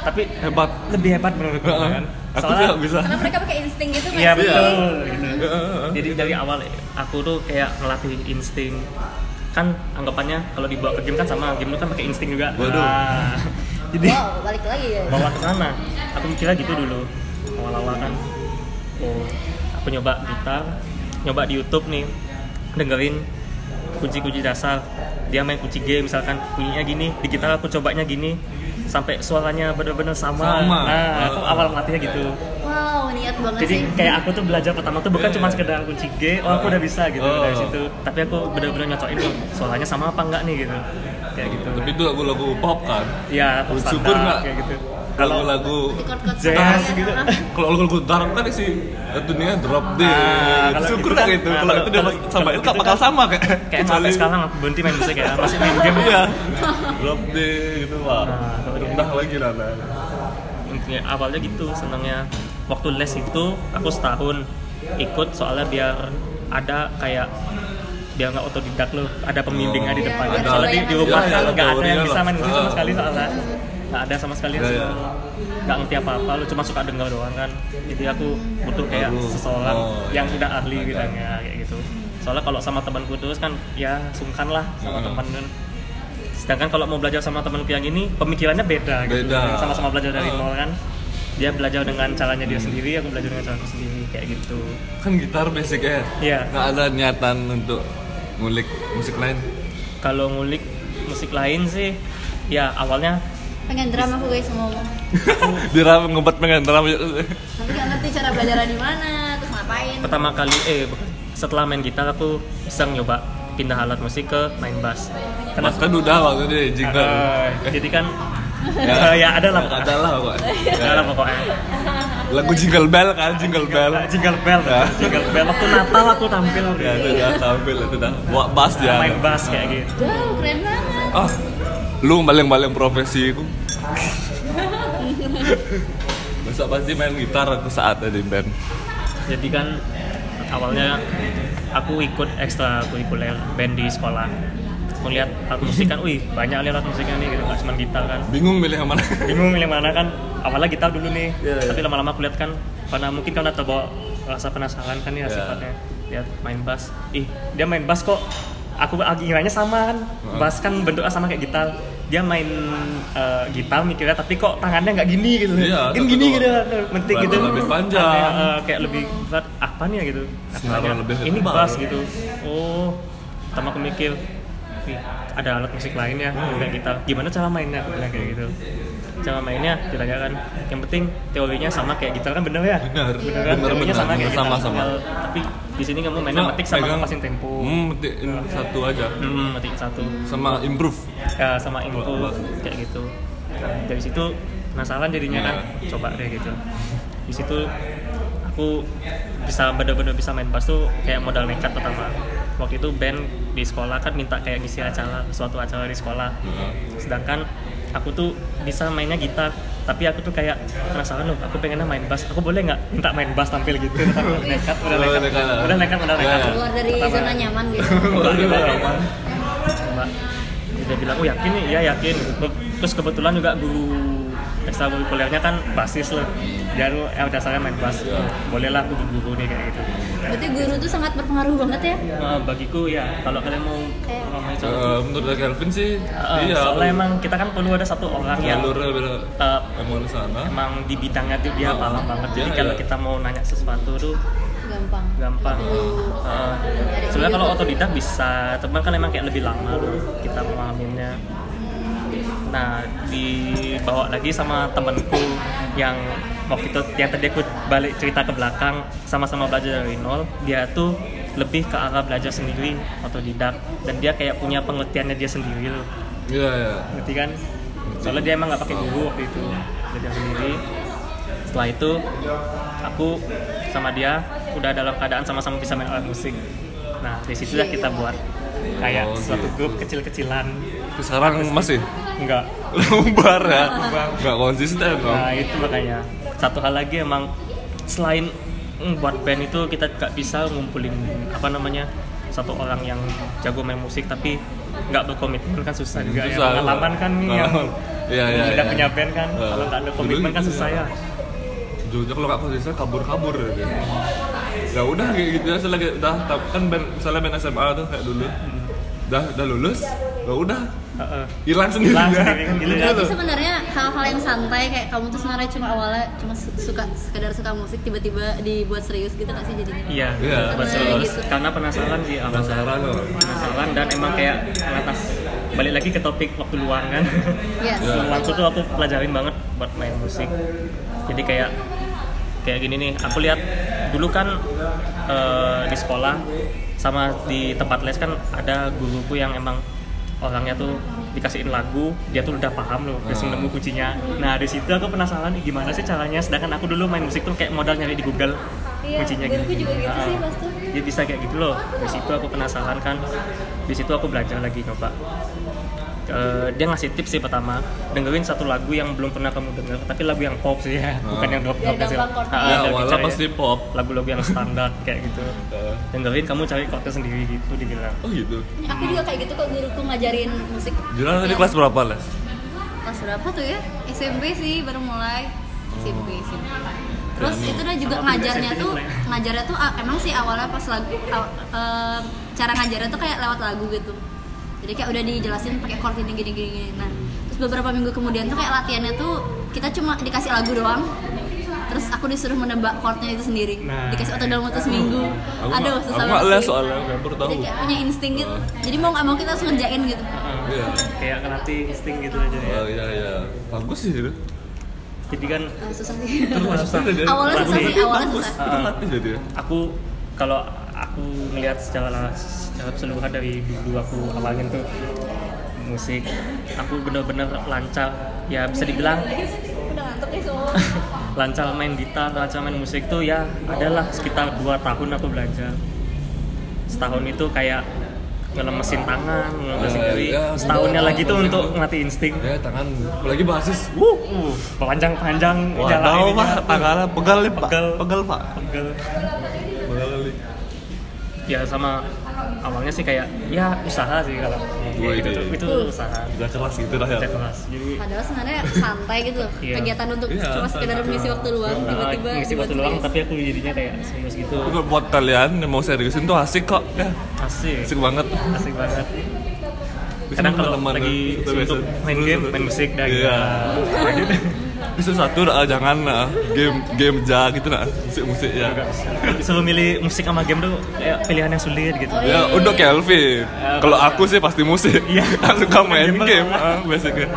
tapi
Hebat.
lebih hebat menurutku kan.
Aku juga bisa.
Karena mereka pakai insting gitu kan
Iya
sih.
betul. Gitu. Jadi dari awal aku tuh kayak ngelatih insting. Kan anggapannya kalau dibawa ke game kan sama game itu kan pakai insting juga.
Waduh.
Nah, jadi
Wow, balik lagi ya.
bawa ke sana. Aku mikirnya gitu dulu. Awal-awal kan. Oh, aku nyoba gitar, nyoba di YouTube nih. Dengerin kunci-kunci dasar. Dia main kunci G misalkan bunyinya gini, di gitar aku cobanya gini sampai suaranya benar-benar sama. Nah, aku awal melatihnya gitu.
Wow, niat banget
Jadi
sih.
kayak aku tuh belajar pertama tuh bukan cuma sekedar kunci G, oh aku udah bisa gitu dari situ. Tapi aku benar-benar nyocokin tuh suaranya sama apa enggak nih gitu. Kayak gitu.
Tapi itu lagu-lagu pop kan.
Ya, pop
Syukur
standar
nggak?
kayak gitu.
Lagu-lagu
Di chord-chord
jazz
standar,
gitu.
ah.
kalau lagu-lagu dark kan sih dunia drop D.
kalau
Syukur
gitu
nggak
kan,
gitu.
nah,
Kalau
kalau-
itu dia
kalau-
sama
kalau
itu
gitu
bakal
kan,
sama kayak.
Kayak sampai sekarang aku berhenti main musik ya, masih main game.
Iya. Drop D gitu pak.
Nah, kalau gitu.
Rendah lagi Nana.
Intinya awalnya gitu senangnya. Waktu les itu aku setahun ikut soalnya biar ada kayak biar nggak otodidak loh, ada pembimbingnya di
Iya,
depan.
ada
Soalnya di rumah
ya,
kan
ada
nggak ada yang
teorinya
bisa
lah.
main musik sama sekali soalnya. Nggak ada sama sekali yang
Iya, iya.
nggak ngerti apa-apa, lu cuma suka denger doang kan. Jadi aku butuh kayak
Baru.
seseorang
Oh,
yang udah ahli bilangnya kayak gitu. Soalnya kalau sama temanku terus kan ya sungkan lah sama teman kan. Sedangkan kalau mau belajar sama temanku yang ini pemikirannya beda gitu.
Beda.
Sama-sama belajar dari nol kan. Dia belajar dengan caranya dia sendiri, aku belajar dengan caraku sendiri kayak gitu.
Kan gitar basic ya.
Iya.
Nggak ada niatan untuk ngulik musik lain.
Kalau ngulik musik lain sih ya awalnya
Pengen drum aku guys mau ngomong.
Dira ngebat pengen drum.
Tapi nggak ngerti cara belajarnya di mana, terus ngapain.
pertama kali bukan. Setelah main gitar aku iseng nyoba pindah alat musik ke main bass.
Mas kan udah waktu itu jingle.
Jadi kan ya ada lah
Ada lah pokoknya.
Ada lah pokoknya.
Lagu Jingle Bell kan, Jingle Bell.
Jingle bell, jingle bell. Waktu Natal aku tampil
Ya itu dah tampil itu dah. Bawa bass dia.
main bass kayak gitu.
Wow, keren banget.
Ah, lu baling-baling profesi itu. Masa pasti main gitar aku saat ada di band.
Jadi kan awalnya aku ikut ekstrakurikuler band di sekolah. Aku lihat alat musik kan, wih banyak alat musiknya nih gitu, nggak cuma gitar kan.
Bingung milih yang mana.
Bingung milih mana kan. Awalnya gitar dulu nih,
Iya, iya.
tapi lama-lama aku lihat kan, karena mungkin kan udah terbawa rasa penasaran kan ya
Iya.
sifatnya. Lihat main bass, dia main bass kok. Aku kiranya sama kan, bass kan bentuknya sama kayak gitar. Dia main gitar mikirnya, tapi kok tangannya nggak gini gitu.
Iya,
Kan
betul.
gini gitu, mentik
Berarti
gitu.
lebih panjang.
Ada, kayak lebih berat apa nih ya gitu. Aku
Senar
tanya,
lebih
ini
tebal.
bass gitu. Oh, pertama aku mikir, wih, ada alat musik lain ya, kayak gitar. Gimana cara mainnya? Aku bilang kayak gitu. Cara mainnya ditanyakan. Yang penting teorinya sama kayak gitar kan bener ya?
Benar.
Bener kan?
Bener,
Teorinya
bener.
sama kayak gitar.
Sama-sama.
Tapi di sini kamu mainnya
Cuma
ngetik sama
pegang-
ngepasin tempo.
Metikin satu aja.
Ngetik satu.
Sama improve.
Ya sama improve kayak gitu. Nah, dari situ penasaran jadinya kan, coba deh gitu. Di situ aku bisa bener-bener bisa main bass tuh kayak modal nekat pertama. Waktu itu band di sekolah kan minta kayak ngisi acara, suatu acara di sekolah. Sedangkan aku tuh bisa mainnya gitar, tapi aku tuh kayak penasaran loh, aku pengennya main bass. Aku boleh nggak minta main bass tampil gitu? Udah nekat. Udah nekat.
Keluar dari
Pertama.
zona nyaman gitu.
Coba dia bilang, oh yakin nih? Iya yakin. Terus kebetulan juga guru ekstrakurikulernya kan basis loh. Dia tuh dasarnya main bass. Bolehlah aku guru nih kayak gitu.
Berarti guru tuh sangat berpengaruh banget ya.
Bagiku ya, kalau kalian mau ngomongin soal
Menurut Kelvin sih, iya.
soalnya emang kita kan perlu ada satu orang yang
jalurnya beda.
eh,
Emang di sana.
emang di bidangnya tuh dia paham banget. Jadi
Iya,
kalau
iya.
kita mau nanya sesuatu tuh
Gampang.
gampang. Sebenarnya kalau otodidak bisa, teman kan emang kayak lebih lama loh kita memahaminya. Nah, dibawa lagi sama temenku yang waktu itu yang tadi aku balik cerita ke belakang, sama-sama belajar dari nol. Dia tuh lebih ke arah belajar sendiri, otodidak, dan dia kayak punya pengertiannya dia sendiri loh.
Iya, iya.
Ngerti kan? Soalnya dia emang nggak pakai guru waktu itu, belajar sendiri. Setelah itu aku sama dia udah dalam keadaan sama-sama bisa main alat musik. Nah dari situ lah kita buat kayak suatu grup kecil-kecilan.
Sekarang masih
Enggak.
bubar ya. Enggak konsisten dong.
Nah itu makanya. Satu hal lagi emang selain buat band itu kita gak bisa ngumpulin satu orang yang jago main musik tapi nggak berkomitmen kan susah juga ya.
Susah.
Pengalaman kan nih yang
Iya.
udah punya band kan, kalau nggak ada komitmen kan susah ya.
Jujur kalau nggak konsisten kabur gitu. Ya udah kayak gitu ya, selagi udah kan band, misalnya band SMA tuh kayak dulu udah lulus, ya udah hilang sendiri
Hilang
ya.
sendiri kan gitu ya.
Jadi sebenarnya hal-hal yang santai kayak kamu tuh sebenarnya cuma awalnya cuma sekedar suka musik tiba-tiba dibuat serius gitu nggak sih jadinya?
Iya,
Iya.
serius.
Gitu.
Karena penasaran sih awalnya. Penasaran dan emang kayak atas balik lagi ke topik waktu luang kan.
Yes.
Langsung tuh aku pelajarin banget buat main musik. Jadi kayak gini nih, aku lihat dulu kan di sekolah sama di tempat les kan ada guruku yang emang orangnya tuh dikasihin lagu, dia tuh udah paham loh, langsung nemu kuncinya. Nah di situ aku penasaran gimana sih caranya, sedangkan aku dulu main musik tuh kayak modal nyari di Google kuncinya
guruku juga gitu sih pas tuh.
Dia bisa kayak gitu loh. Di situ aku penasaran kan, di situ aku belajar lagi coba. Dia ngasih tips sih pertama, dengerin satu lagu yang belum pernah kamu denger, tapi lagu yang pop sih ya, bukan yang drop
Biar gampang chordnya.
Ya awalnya pasti pop.
lagu-lagu yang standar kayak gitu. Dengerin, kamu cari chordnya sendiri gitu dibilang.
Oh gitu.
Aku juga kayak gitu kok, guruku ngajarin musik.
Jualan tadi kelas berapa Les?
Kelas berapa tuh ya? SMP sih baru mulai. SMP. Terus itu udah juga
Sama
ngajarnya
SMP
tuh,
mulai.
emang sih awalnya pas lagu cara ngajarnya tuh kayak lewat lagu gitu. Jadi kayak udah dijelasin pakai chord ini gini. Nah, terus beberapa minggu kemudian tuh kayak latihannya tuh kita cuma dikasih lagu doang. Terus aku disuruh menebak chordnya itu sendiri.
Nah.
Dikasih waktu dalam waktu seminggu. Aduh, susah
Aku nggak
banget
les
sih.
soalnya, nggak baru tahu.
Jadi kayak punya insting gitu. Jadi mau nggak mau kita harus ngerjain gitu.
Iya.
Kayak ngelatih insting gitu aja ya.
Oh iya. Bagus sih itu.
Jadi kan
Susah sih.
Susah deh.
Awalnya susah sih, awalnya
Bagus.
susah.
Itu latih jadi ya.
kalau aku melihat secara keseluruhan dari dulu aku awalnya tuh musik, aku benar-benar lancar ya, bisa dibilang
Udah ngantuk ya semua.
lancar main gitar, lancar main musik tuh ya adalah sekitar 2 tahun aku belajar. Setahun itu kayak ngelemesin tangan, ngelemesin kiri.
Ya,
Setahunnya lagi tuh
bener.
untuk ngelatih insting.
Ya tangan, apalagi basis.
Panjang-panjang
Waduh pak, tangannya pegal nih pak.
Pegel.
Pegal pak.
Pegel.
Pegal kali.
Ya sama awalnya sih kayak ya usaha sih kalau
Oh,
itu,
iya.
itu usaha.
Udah keras gitu dah ya.
Udah keras. Jadi
Padahal sebenarnya santai gitu loh.
Iya.
Kegiatan untuk
Iya,
cuma sekedar mengisi waktu luang, tiba-tiba
ngisi waktu
dibuat
luang,
serius.
tapi aku jadinya kayak serius gitu.
Tapi buat kalian yang mau seriusin tuh asik kok. Ya,
Asik.
asik banget.
Asik banget.
Bisa
Kadang kalau
teman-teman,
lagi
itu
suntuk
biasa.
main game, main musik dah gitu.
Iya. Bisa satu jangan game gitu musik ya.
Disuruh milih musik sama game tuh kayak pilihan yang sulit gitu.
Ya untuk Kelvin. Kalau aku sih pasti musik.
Iya.
Aku suka main
Gamer
game,
malah.
basicnya.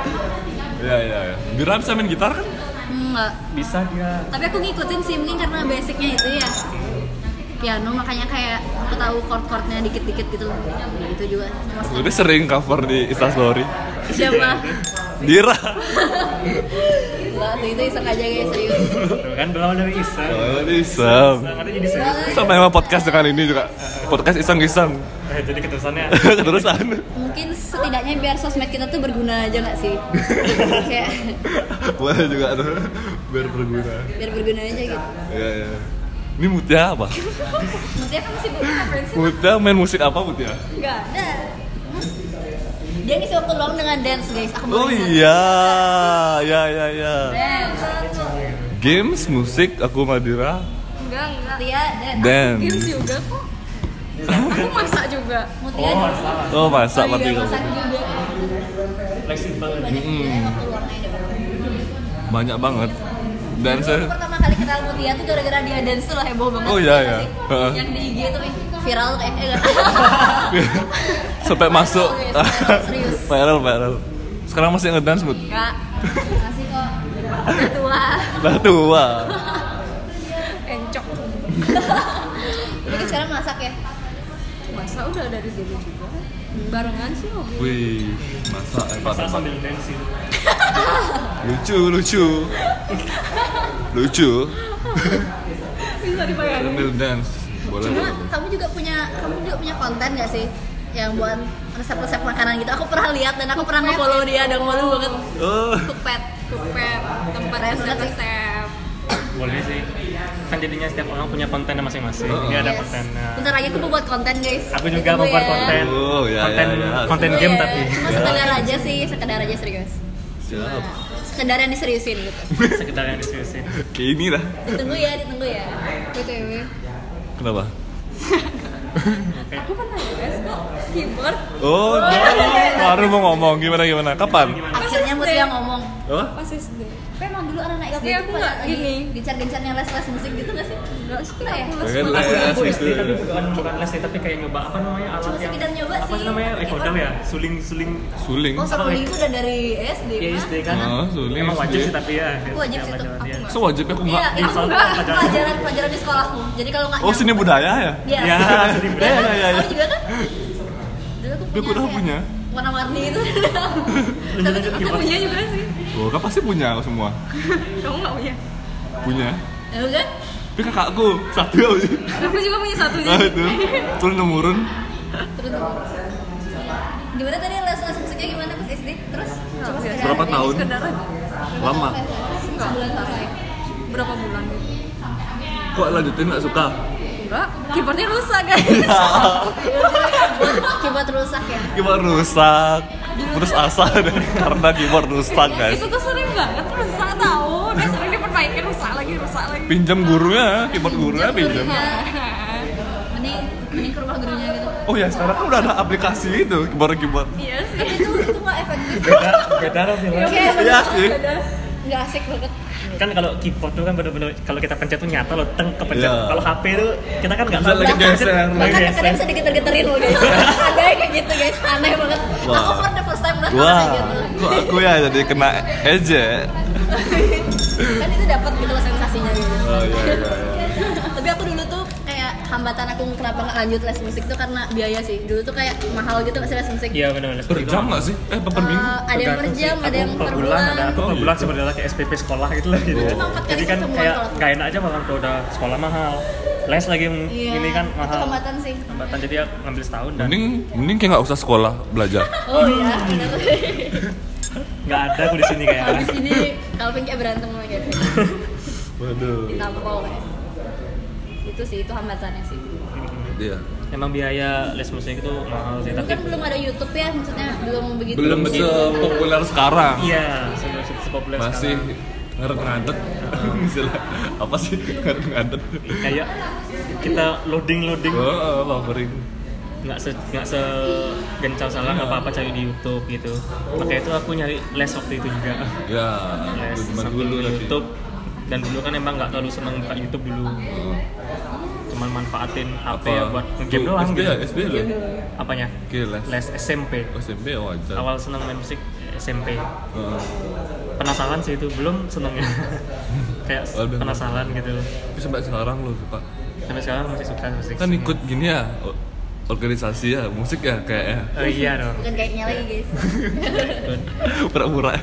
Ya. Bira bisa main gitar kan?
Enggak.
Bisa dia.
Tapi aku ngikutin sih mungkin karena basicnya itu ya. Piano, makanya kayak aku tahu chord-chordnya dikit-dikit gitu loh. Itu juga. Cuma
Udah sering cover di Instastory.
siapa?
Dira.
Enggak, tuh itu iseng aja guys, serius.
Tuh kan berawal dari iseng.
Oh, ini iseng.
Sangatnya jadi serius.
Sama emang podcast dengan ini juga. Podcast iseng-iseng.
Jadi keterusannya
Keterusan.
Mungkin setidaknya biar sosmed kita tuh berguna aja nggak sih? Kayak
Boleh juga tuh. Biar berguna.
biar berguna aja gitu.
Iya. Ini Mutia apa?
Mutia kan masih bukan referensi.
Mutia main musik apa Mutia?
Enggak ada. Dia ngisi waktu luang dengan dance guys. Aku
Oh
baru ingat.
iya.
Dance.
Games, musik, aku Madira.
Enggak.
Mutia dance.
Dance.
Games juga kok. Aku masak juga.
Mutia
Oh,
dance.
salah.
Oh masak
Oh
berarti
iya,
kamu.
masak juga.
Fleksibel.
Banyak dia waktu luangnya ada.
Banyak banget.
Dulu
Dance.
aku pertama kali kenal Mutia tuh gara-gara dia dance tuh lah, heboh banget.
Oh, iya,
Nggak
iya.
sih?
Heeh.
Yang di IG tuh viral tuh
Sampai masuk.
Serius.
Viral. Sekarang masih ngedance Mut.
Enggak. Masih kok. Udah tua.
Udah tua.
Encok.
Jadi sekarang masak ya.
Masak udah dari dulu juga. Barengan sih hobi.
Wih, masak
Masak sambil dance gitu.
Lucu.
Bisa dibayangin.
Sambil dance. Boleh.
Cuma
boleh.
kamu juga punya konten nggak sih yang buat resep-resep makanan gitu? Aku pernah lihat dan aku pernah nge-follow dia dan malu banget.
Oh.
Cookpad.
Cookpad, tempat resep-resep.
Boleh sih. Kan jadinya setiap orang punya kontennya masing-masing. Ini ada kontennya.
Bentar lagi aku mau buat konten guys.
Aku juga
Ditunggu
mau buat
ya.
konten.
Oh, ya,
konten
ya.
konten
Ditunggu
game
ya.
tapi.
Cuma sekedar aja sih, sekedar aja serius.
Siap.
Sekedar yang diseriusin gitu.
Sekitar yang diskusi.
Kayak ini lah.
Ditunggu ya.
BTW
Kenapa?
aku pernah US kok keyboard
Oh, baru mau ngomong gimana? Kapan?
Akhirnya Mut yang ngomong.
Oh?
pas SD.
Tapi emang dulu anak-anak SD
Tapi
itu
aku
pada
nggak
lagi
gini.
gencar-gencarnya les musik gitu nggak sih?
Enggak sih,
Nggak ya?
aku les
Kan
banget.
Aku
les
SD
gitu.
tapi bukan les tapi kayak nyoba apa namanya alat
Cuma
yang
sekedar nyoba
apa
sih.
namanya recorder ya, suling.
Suling.
Oh, suling itu udah dari SD.
Ya
mah.
SD kan.
Oh, suling
Emang wajib
SD.
sih tapi ya.
Aku wajib sih tuh,
pelajaran dia.
So wajib ya, aku
Iya,
enggak.
itu
soalnya
enggak pelajaran di sekolahku. Jadi kalau nggak
Oh, seni budaya ya?
Yes.
Ya, seni budaya.
Ya.
Kamu juga kan? Dulu aku
Dulu aku udah
kayak
punya.
warna-warni itu.
Lanjut,
Aku
gimana?
punya juga sih.
Oh, kan pasti punya semua.
Kamu nggak punya?
Punya.
Ya kan?
Tapi kakakku satu aja.
Aku juga punya satu
Nah,
jadi.
itu. Turun temurun.
Terus gimana tadi les musiknya gimana pas SD? Terus cuma sekedar
Berapa tahun?
Sekedar aja.
Lama.
Sebulan selesai.
Berapa bulan gitu?
Kok lanjutin enggak suka?
Enggak, keyboardnya rusak guys.
Keyboard rusak ya.
Keyboard rusak. Putus asa deh karena keyboard rusak, guys.
Itu tuh sering banget rusak tahu. Udah sering diperbaikin rusak lagi.
Pinjam gurunya, keyboard gurunya pinjam.
Mending ke rumah gurunya gitu.
Oh ya, sekarang kan udah ada aplikasi itu, keyboard.
Iya sih.
Tapi itu nggak efektif.
Beda dong film.
Iya sih.
Nggak asik banget.
Kan kalau keyboard tuh kan bener-bener kalau kita pencet tuh nyata loh, teng kepencet.
Iya.
Kalau HP tuh kita kan nggak
Bisa lagi geser.
Bahkan kadang bisa digeter-geterin loh guys. Ada yang kayak gitu guys, aneh banget.
Wah.
Aku for the first time udah
Wah,
kayak gitu.
kok aku ya jadi kena ejek.
Kan itu dapat gitu loh sensasinya gitu.
Oh iya.
Tapi aku dulu tuh kayak hambatan aku kenapa nggak lanjut les musik tuh karena biaya sih. Dulu tuh kayak mahal gitu nggak sih les musik.
Iya benar-benar.
Per jam nggak sih? Per minggu?
Ada yang per jam, ada yang per bulan.
Ada aku per bulan sebenarnya kayak SPP sekolah gitu lah gitu.
Itu emang 4 kali
Jadi kan
ketemuan
kayak
kalau aku.
gak enak aja malah kalau udah sekolah mahal. Les lagi
Iya,
ini kan
itu
mahal.
hambatan sih.
Hambatan jadi ya ngambil setahun dan
Mending kayak nggak usah sekolah belajar.
Oh iya, benar.
nggak ada aku di sini kayak.
Habis ini Calvin kayak berantem sama Kevin.
Waduh.
Ditampol kayak. Itu sih, itu hambatannya sih.
Iya.
Emang biaya les musik itu mahal sih
Dulu
tapi
kan belum ada YouTube ya, maksudnya belum begitu.
Belum sepopuler sekarang.
iya sepopuler
Masih
sekarang.
ngarep-ngadek. Istilah apa sih ngarep-ngadek?
Kayak kita loading
Oh, buffering.
nggak se gencar salah nggak apa-apa cari di YouTube gitu. Makanya itu aku nyari les waktu itu juga.
Ya,
Les
zaman
sambil
dulu lagi.
YouTube dan dulu kan emang nggak terlalu seneng buka YouTube dulu.
Oh.
Cuman manfaatin HP
Apa?
ya buat game
Tuh,
doang
SD
gitu.
ya, SD loh.
Apanya?
Oke, les.
Les SMP.
Oh, SMP wajar.
Awal seneng main musik SMP.
Heeh.
Penasaran sih itu, belum senengnya. Kayak
Oh, udah.
penasaran gitu.
Tapi sampai sekarang lo suka.
Sampai sekarang masih suka musik.
Kan ikut gini ya, organisasi ya, musik ya kayaknya.
Oh iya dong.
Bukan kayaknya lagi guys.
Pura-pura.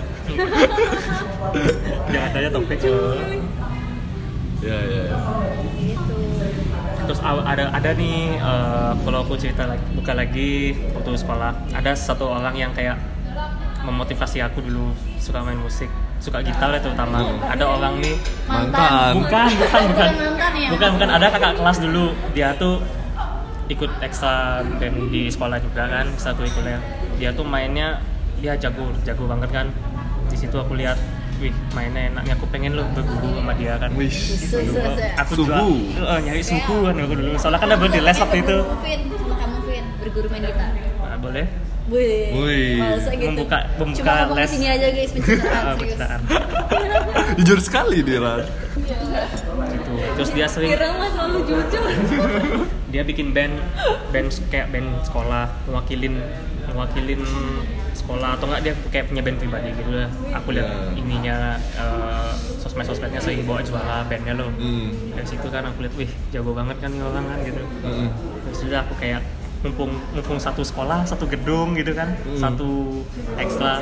Jangan tanya topik cuy.
Ya.
Gitu.
Terus ada nih kalau aku cerita lagi, buka lagi waktu sekolah, ada satu orang yang kayak memotivasi aku dulu suka main musik, suka gitar ya terutama. Ada orang nih
Mantan.
bukan
Mantan ya?
bukan ada kakak kelas dulu, dia tuh ikut ekstra band di sekolah juga kan, ekstrakurikuler. Dia tuh mainnya dia jago banget kan. Di situ aku lihat, wih mainnya enak, aku pengen loh berguru sama dia kan.
Wih.
Aku
Suhu.
juga nyari suhu kan aku dulu. Soalnya kan udah di les waktu itu.
Kamu Vin, berguru main gitar.
Nah, boleh.
Wih.
Masa gitu.
Membuka
Cuma ngomong
les.
kesini aja guys, pencitraan serius.
Pencitraan.
Jujur sekali dia, Ran.
Gitu. Terus dia sering
Kira mah selalu jujur.
dia bikin band kayak band sekolah, mewakilin sekolah atau enggak dia kayak punya band pribadi gitu lah. Aku lihat
Yeah.
ininya sosmed-sosmednya sering bawa juara bandnya loh. Dari situ kan aku lihat, wih jago banget kan nih orang kan gitu. Terus udah aku kayak mumpung satu sekolah, satu gedung gitu kan, satu ekstra.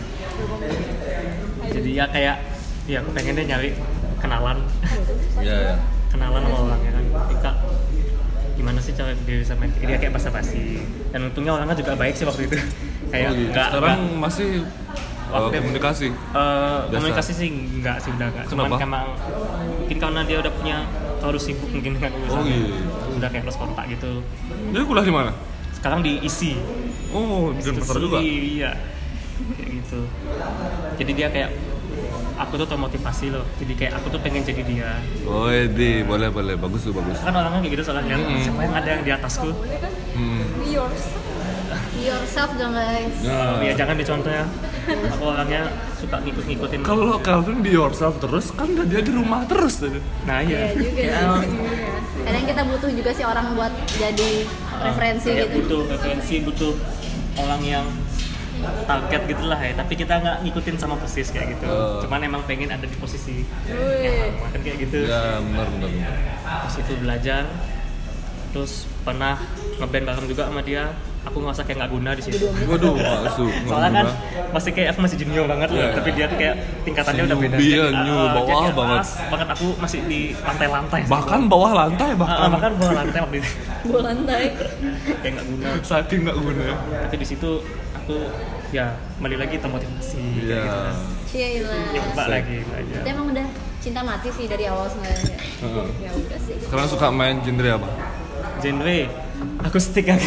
Jadi ya kayak ya aku pengen deh nyari kenalan
Iya.
sama orangnya kan. Kak, gimana sih cara dia bisa main? Dia kayak basa-basi. Dan untungnya orangnya juga baik sih waktu itu. Kayak
Oh, gitu.
enggak
Sekarang masih
Waktu-
komunikasi.
komunikasi sih enggak sih udah enggak. Cuman
Kenapa?
emang mungkin karena dia udah punya terlalu sibuk mungkin dengan urusannya. Udah kayak lost kontak gitu.
Dia kuliah di mana?
Sekarang di ISI.
Oh, di Denpasar juga.
Iya. Kayak gitu. Jadi dia kayak aku tuh termotivasi loh. Jadi kayak aku tuh pengen jadi dia.
Oh, boleh. Bagus tuh, bagus.
Kan orangnya kayak gitu soalnya. Siapa yang ada yang di atasku?
Be yourself.
Be yourself dong guys.
Oh, ya jangan dicontoh ya. Aku orangnya suka ngikut-ngikutin.
Kalau Calvin be yourself terus, kan dia di rumah terus tadi.
Nah
Iya
iya.
juga
Kayak,
sih. Kadang kita butuh juga sih orang buat jadi referensi
kayak
gitu.
butuh referensi, butuh orang yang target gitulah ya. Tapi kita nggak ngikutin sama persis kayak gitu. Cuman emang pengen ada di posisi yang sama kan kayak gitu.
Ya, benar.
Terus itu belajar. Terus pernah ngeband bareng juga sama dia. Aku ngerasa kayak nggak guna di situ.
Waduh, masuk.
Soalnya kan masih kayak aku masih junior banget loh, tapi dia tuh kayak tingkatannya udah beda.
Newbie ya,
Jadi,
new,
dia
bawah
kayak
banget.
atas banget. Aku masih di lantai-lantai.
Bahkan bawah lantai
bahkan bawah lantai waktu itu.
Gue lantai.
Kayak nggak guna.
saking nggak guna.
Tapi di situ aku ya balik lagi termotivasi.
Iya.
Iya.
Coba lagi belajar.
Kita emang udah cinta mati sih dari awal sebenarnya. Ya udah sih.
Sekarang suka main genre apa?
Genre akustik aja.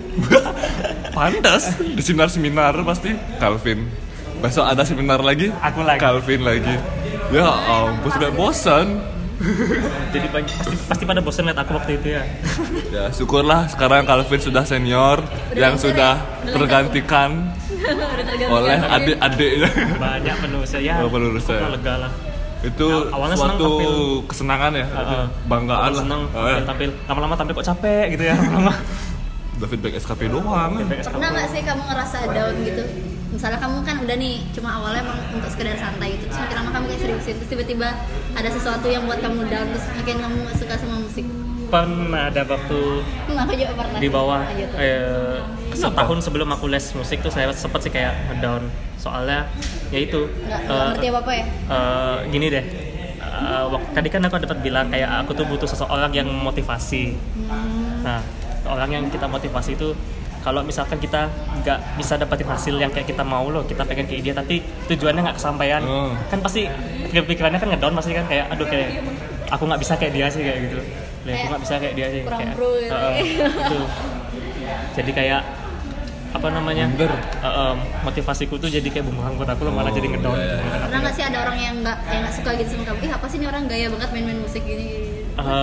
Pantas di seminar pasti Calvin. Besok ada seminar lagi,
Aku lagi.
Calvin lagi. Ya ampun, sudah bosan.
Jadi pasti pada bosan liat aku waktu itu ya.
Ya syukurlah sekarang Calvin sudah senior yang sudah tergantikan oleh adik-adiknya.
Banyak penulisnya ya.
Penulisnya.
Aku lega lah.
Itu
Awalnya senang
suatu
tampil.
kesenangan ya, banggaan
Aku
lah.
seneng
Oh, ya.
tampil. Lama-lama tampil kok capek gitu ya. Lama-lama.
Udah feedback SKP doang.
Pernah nggak sih kamu ngerasa down gitu? Misalnya kamu kan udah nih cuma awalnya emang untuk sekedar santai gitu, terus makin lama kamu kayak seriusin, terus tiba-tiba ada sesuatu yang buat kamu down, terus makin kamu nggak suka sama musik.
Pernah ada waktu
Aku juga pernah.
di bawah
Gitu.
setahun sebelum aku les musik tuh saya sempet sih kayak ngedown. Soalnya ya itu
Nggak ngerti apa ya?
gini deh. Tadi kan aku dapat bilang kayak aku tuh butuh seseorang yang motivasi. Nah, orang yang kita motivasi itu kalau misalkan kita nggak bisa dapetin hasil yang kayak kita mau loh, kita pengen kayak dia tapi tujuannya nggak kesampaian, kan pasti pikirannya kan ngedown, pasti kan kayak aduh kayak aku nggak bisa kayak dia sih kayak gitu. Aku nggak bisa kayak dia sih.
Kurang
Kayak,
pro gitu.
gitu. Jadi kayak apa namanya? Motivasiku tuh jadi kayak bumerang buat aku loh, malah jadi ngedown.
Pernah nggak sih ada orang yang nggak suka gitu sama kamu? Ih apa sih ini orang gaya banget main-main musik gini?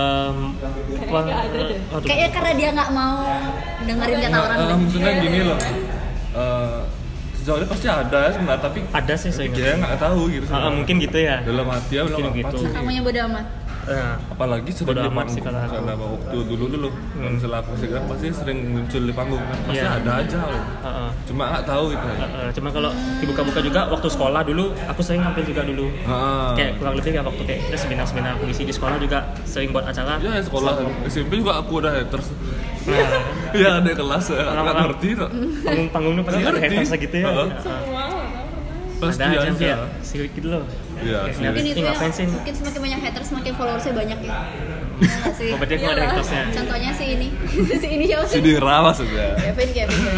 Kayaknya karena dia nggak mau dengerin kata orang.
Maksudnya gini loh. Sejauh ini pasti ada ya sebenarnya, tapi
ada sih saya
dia nggak tahu gitu.
mungkin gitu ya.
Dalam hati ya
Mungkin gitu.
Kamunya bodo amat.
Apalagi sering
Bodo
di
amat
panggung
sih kalau aku.
karena waktu dulu misalnya aku musik kan pasti sering muncul di panggung kan pasti
Iya.
ada aja loh. Cuma nggak tahu gitu.
Cuma kalau dibuka-buka juga waktu sekolah dulu aku sering nampil juga dulu. Kayak kurang lebih kayak waktu kayak kita seminar puisi di sekolah juga sering buat acara.
Ya sekolah SMP juga aku udah haters. Iya ada kelas ya, nggak ngerti kok.
Panggung-panggungnya pasti ada
Ngerti.
haters gitu ya.
Pasti
Ada aja
aja.
kayak sirik gitu loh.
Iya.
Kayak
Mungkin
ini
itu ya,
ngapain sih?
mungkin semakin banyak haters semakin followersnya banyak ya. Nggak sih?
Oh, berarti aku ada
Iyalah.
hatersnya.
Contohnya si ini, si ini siapa sih?
Jadi rawas aja.
Kevin.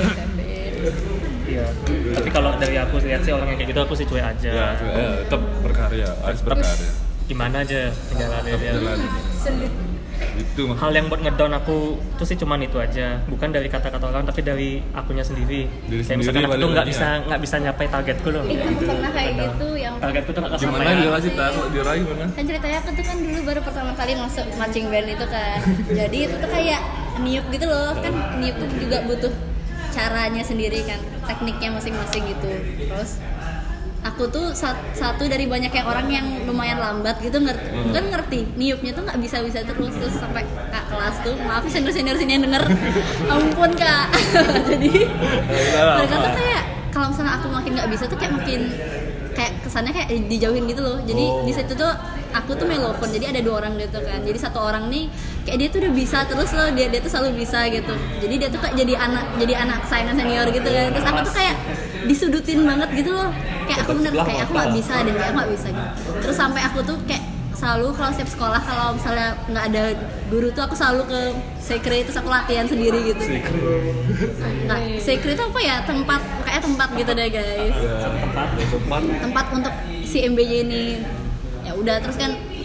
Iya. Tapi kalau dari aku lihat sih orang yang kayak gitu aku sih cuek aja.
Ya, tetap berkarya, harus berkarya.
Gimana aja menjalani dia.
Jalan.
Sulit.
Itu mah.
Hal yang buat ngedown aku tuh sih cuman itu aja, bukan dari kata-kata orang tapi dari akunya sendiri.
Diri
Kayak misalkan
sendiri
aku tuh
balik lagi
nggak bisa nyapai targetku loh.
Aku pernah kayak
Ngedown.
gitu yang
Targetku tuh nggak
Gimana
kesampaian.
dia sih tahu diraih mana?
kan ceritanya aku tuh kan dulu baru pertama kali masuk marching band itu kan. Jadi itu tuh kayak niup gitu loh. Kan niup tuh juga butuh caranya sendiri kan, tekniknya masing-masing gitu. Terus aku tuh satu dari banyak yang orang yang lumayan lambat gitu bukan ngerti niupnya tuh nggak bisa terus sampai kak kelas tuh maaf senior sini yang denger ampun kak. Jadi mereka tuh kayak kalau misalnya aku makin nggak bisa tuh kayak makin kayak kesannya kayak dijauhin gitu loh. Jadi di situ tuh aku tuh melofon, jadi ada 2 orang gitu kan. Jadi satu orang nih kayak dia tuh udah bisa terus loh, dia tuh selalu bisa gitu. Jadi dia tuh kayak jadi anak kesayangan senior gitu kan. Terus aku tuh kayak disudutin banget gitu loh. Kayak aku bener kayak aku nggak bisa deh, kayak aku nggak bisa gitu. Terus sampai aku tuh kayak selalu kalau setiap sekolah kalau misalnya nggak ada guru tuh aku selalu ke secret, terus aku latihan sendiri gitu. Nah, secret itu apa ya? Tempat gitu deh guys. Tempat untuk si MBJ ini. Ya udah terus kan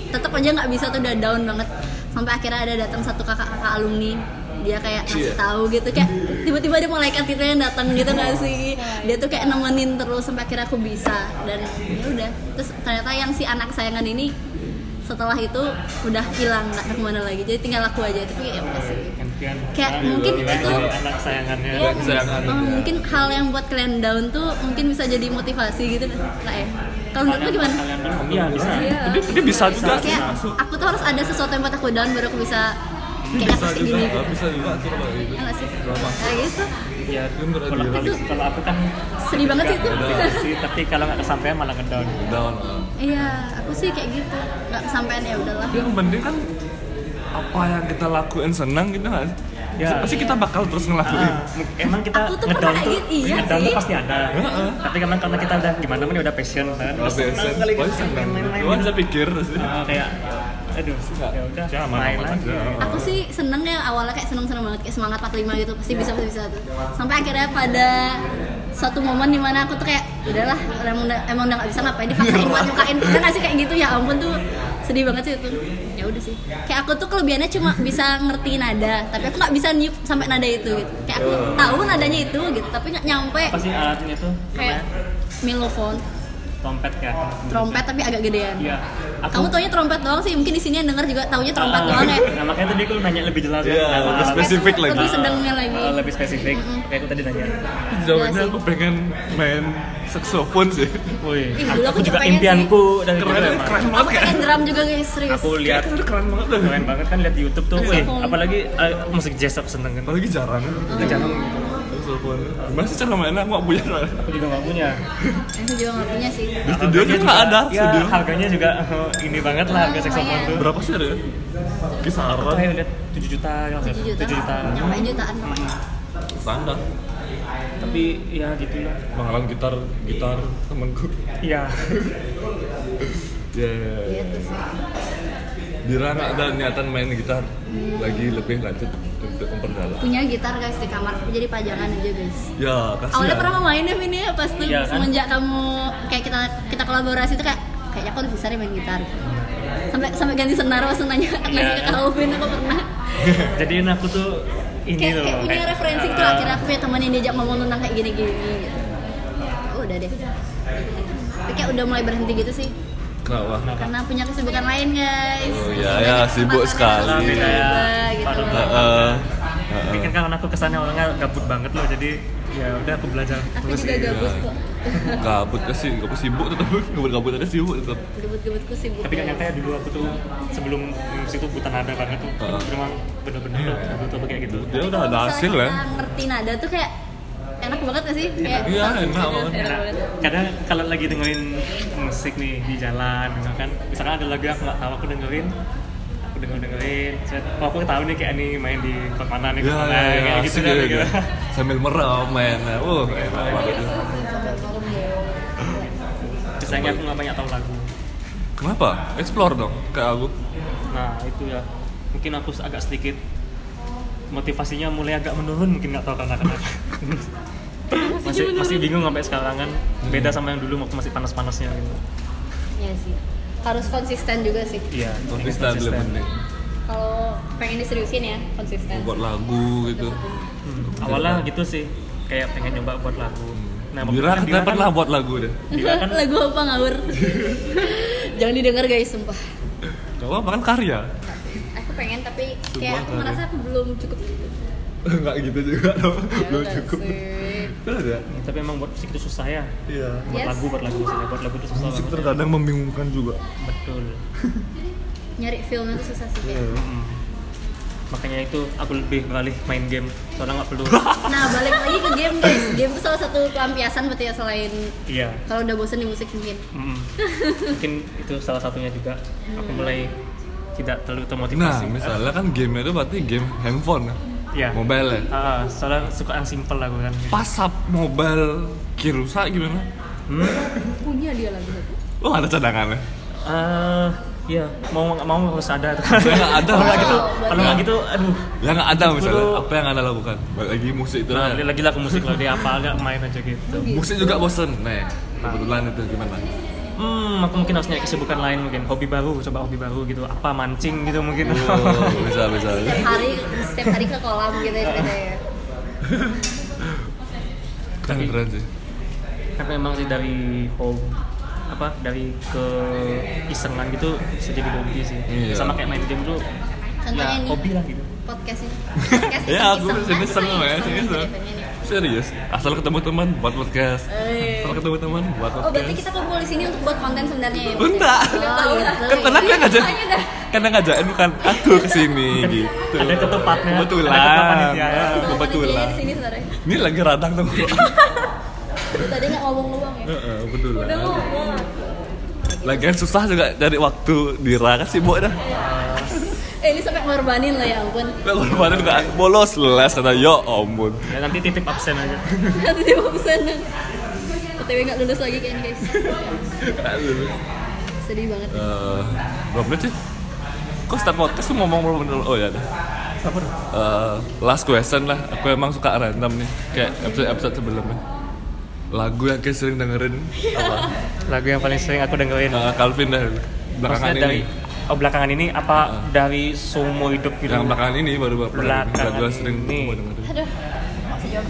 tetap aja nggak bisa tuh, udah down banget. Sampai akhirnya ada datang satu kakak alumni, dia kayak ngasih tahu gitu, kayak tiba-tiba dia malaikat itu yang datang gitu nggak sih, dia tuh kayak nemenin terus sampai akhirnya aku bisa. Dan ya udah, terus ternyata yang si anak kesayangan ini setelah itu udah hilang, nggak kemana lagi, jadi tinggal aku aja. Tapi ya masih kayak mungkin itu
anak kesayangannya.
ya, mungkin hal yang buat kalian down tuh mungkin bisa jadi motivasi gitu lah ya. Kalau menurut lu gimana?
Iya bisa.
Dia bisa juga sih.
Kayak aku tuh harus ada sesuatu yang buat aku down baru aku bisa kayak
Bisa
kayak
juga,
gini.
bisa juga tuh kalau gitu.
Ya nggak sih? Kayak gitu.
Ya,
Menurut
kalau
dia.
kalau aku kan
Sedih banget sih itu.
sih, tapi kalau nggak kesampaian malah ngedown.
Down.
Iya, aku sih kayak gitu. Nggak kesampean ya udahlah.
Yang penting kan apa yang kita lakuin senang gitu nggak sih?
Ya.
Pasti kita bakal terus ngelakuin.
Emang kita
Aku tuh
ngedown
pernah
tuh,
iya
ngedown
sih.
tuh pasti ada. Tapi kan karena kita udah gimana pun udah passion kan.
Kalau biasa, pasti senang. Cuman saya pikir sih.
Kayak aduh, ya udah main lagi.
Aku sih seneng ya awalnya, kayak seneng banget, kayak semangat 45 gitu, pasti bisa tuh. Sampai akhirnya pada suatu momen dimana aku tuh kayak udahlah, emang udah nggak bisa, ngapain dipaksain buat nyukain, kan nggak sih kayak gitu, ya ampun tuh sedih banget sih itu. Ya udah sih, kayak aku tuh kelebihannya cuma bisa ngerti nada, tapi aku nggak bisa niup sampai nada itu gitu. Kayak aku tahu nadanya itu gitu, tapi nggak nyampe.
Apa sih alatnya tuh?
Kayak melofon,
Trompet kan?
trompet tapi agak gedean.
Iya.
Kamu taunya trompet doang sih, mungkin di sini yang denger juga taunya trompet doang ya.
Nah makanya tadi aku nanya lebih jelas
Iya,
kan.
lebih spesifik lagi.
Lebih sedangnya lagi.
Lebih spesifik. Kayak aku tadi nanya.
Jawabannya
Iya sih.
aku pengen main saxophone sih.
Wih,
Ih, dulu
aku juga
pengen
impianku dari dulu
Keren,
emang.
keren
Aku
banget kan?
pengen drum juga guys, serius.
Aku lihat
Keren banget deh.
keren banget kan lihat di YouTube tuh. Wih,
Saxophone.
apalagi musik jazz aku seneng kan.
Apalagi jarang.
Jarang.
Saxophone. Gimana sih cara mainnya? Aku nggak punya soalnya.
Aku juga nggak punya.
Aku juga nggak punya sih.
Di studio juga nggak ada.
Ya,
Studio.
harganya juga ini banget lah harga saxophone tuh.
Berapa sih ada? Kisaran.
Aku kayak lihat 7 juta kalau nggak
7 juta.
7 juta.
Sampai jutaan pokoknya.
Standar.
Tapi ya gitulah.
Mahalan gitar temanku.
Iya.
Ya.
Gitu sih.
Dira nggak ada niatan main gitar lagi lebih lanjut untuk memperdalam.
Punya gitar guys di kamar, tapi jadi pajangan aja guys.
Ya, kasihan.
Awalnya pernah mau main ya Vin ya, pas tuh
Iya, kan?
semenjak kamu kayak kita kolaborasi tuh kayaknya aku udah bisa deh main gitar. Sampai ganti senar pas nanya lagi ke Kak Alvin, aku pernah.
Jadi aku tuh ini
Kayak
loh.
punya referensi gitu, akhirnya aku punya teman yang diajak ngomong tentang kayak gini-gini gitu. Udah deh. Tapi kayak udah mulai berhenti gitu sih.
Kenapa?
Karena punya kesibukan lain guys.
Oh iya, ya sibuk sekali.
Lah, beda ya.
Gitu.
Tapi kan karena aku kesannya orangnya gabut banget loh, jadi ya udah aku belajar
Aku
terus.
juga gabut kok.
Gabut sih, gabut sibuk tetap. Gabut ada sibuk tetap.
Gabut-gabutku sibuk.
Tapi kan nyata ya dulu aku tuh sebelum musik tuh buta nada banget tuh. Memang bener-bener gabut apa kayak gitu.
Dia udah ada hasil
Misalnya
ya.
kita ngerti nada tuh kayak enak banget gak sih? Kayak
Iya, enak banget.
Enak banget.
Kadang kalau lagi dengerin musik nih di jalan, misalkan ada lagu yang aku nggak tahu, aku dengerin, set. Oh aku tahu nih kayak nih main di klub mana nih,
Ya,
klub mana, kayak gitu
asik
kan.
ya,
Gitu.
ya. Sambil merem main. Enak banget.
Biasanya aku nggak banyak tahu lagu.
Kenapa? Explore dong, kayak aku.
Nah itu ya, mungkin aku agak sedikit motivasinya mulai agak menurun, mungkin nggak tahu karena kenapa. masih bingung sampai sekarang kan, beda sama yang dulu waktu masih panas-panasnya gitu.
Iya sih. Harus konsisten juga sih.
Iya,
Konsisten lebih penting.
Kalau pengen diseriusin ya, konsisten.
Buat lagu gitu.
Awalnya gitu sih, kayak pengen nyoba buat lagu. Nah,
Dira
Dira
kan pernah buat lagu deh.
Dira kan
Lagu apa ngawur? Jangan didengar guys, sumpah.
Gak apa kan karya.
Aku pengen tapi
Sebuah
kayak aku
karya.
merasa aku belum cukup gitu.
Enggak gitu juga dong. Belum
Enggak
cukup.
sih.
Ada.
tapi emang buat musik itu susah ya.
Iya.
Buat
Yes.
lagu maksudnya, buat lagu itu susah
Musik
banget.
terkadang membingungkan juga.
Betul.
Nyari filmnya tuh susah sih kayak.
Mm. Makanya itu aku lebih beralih main game, soalnya nggak perlu.
Nah, balik lagi ke game guys. Game itu salah satu pelampiasan berarti ya, selain
Iya.
kalau udah bosen di musik mungkin.
Mungkin itu salah satunya juga. Aku mulai tidak terlalu
Nah,
termotivasi.
misalnya kan game itu berarti game handphone.
Iya.
Mobile ya.
Soalnya suka yang simple aku kan.
Pas mobile rusak gimana?
Punya dia lagu satu.
Oh, ada cadangannya.
Iya, mau nggak mau harus ada.
Saya nggak ada.
Kalau nggak gitu,
Oh,
kalau nggak gitu, aduh.
Ya nggak ada misalnya.
Dulu-
Apa yang anda lakukan? Balik lagi musik itu
Nah,
lah.
lagi lagu musik lah dia apa agak main aja gitu.
Musik juga bosen. Nah, kebetulan itu gimana?
aku mungkin harus nyari kesibukan lain, mungkin hobi baru, coba hobi baru gitu, apa mancing gitu mungkin.
Bisa.
Setiap hari ke kolam gitu ya ceritanya.
Keren sih.
Karena memang sih dari dari keisengan gitu bisa jadi hobi sih.
Iya.
Sama kayak main game tuh
Contohnya
ya
ini.
hobi lah gitu.
Podcast ini. Podcast
Ya aku
iseng-iseng
iseng
aja,
ya,
iseng-iseng
iseng.
eventnya nih.
Serius, asal ketemu teman buat podcast. Asal ketemu teman buat
Oh berarti
podcast.
kita kumpul di sini untuk buat konten sebenarnya ya?
Enggak.
Oh, gitu.
Kan tenang
Iya,
kan ngajak.
makanya dah.
Karena ngajakin bukan aku kesini gitu.
Ada ketepatnya.
Kebetulan.
Ada ketua panitia, ya.
Ketua
Kebetulan.
panitianya di sini sebenarnya.
Ini lagi radang tuh.
Tadi nggak ngomong-ngomong ya?
Kebetulan.
Udah ngomong.
Lagian susah juga cari waktu Dira kan sibuk dah.
Ini sampai ngorbanin lah ya ampun.
Kemarin nggak bolos les kata yo ampun.
Ya, nanti titip absen aja.
Nanti dia mau pesanan. OTW nggak lulus lagi kayaknya guys. Sedih banget.
Berapa menit sih? Kok start podcast tuh ngomong berapa menit? Oh ya.
Apa tuh?
Last question lah. Aku emang suka random nih. Kayak episode sebelumnya. Lagu yang kayak sering dengerin apa?
Lagu yang paling sering aku dengerin.
Calvin dah. Belakangan
Maksudnya
ini.
belakangan ini apa dari seumur hidup gitu?
Yang belakangan ini baru
Belakangan
lagu yang sering
ini.
aku dengerin.
Aduh. Masih jawab.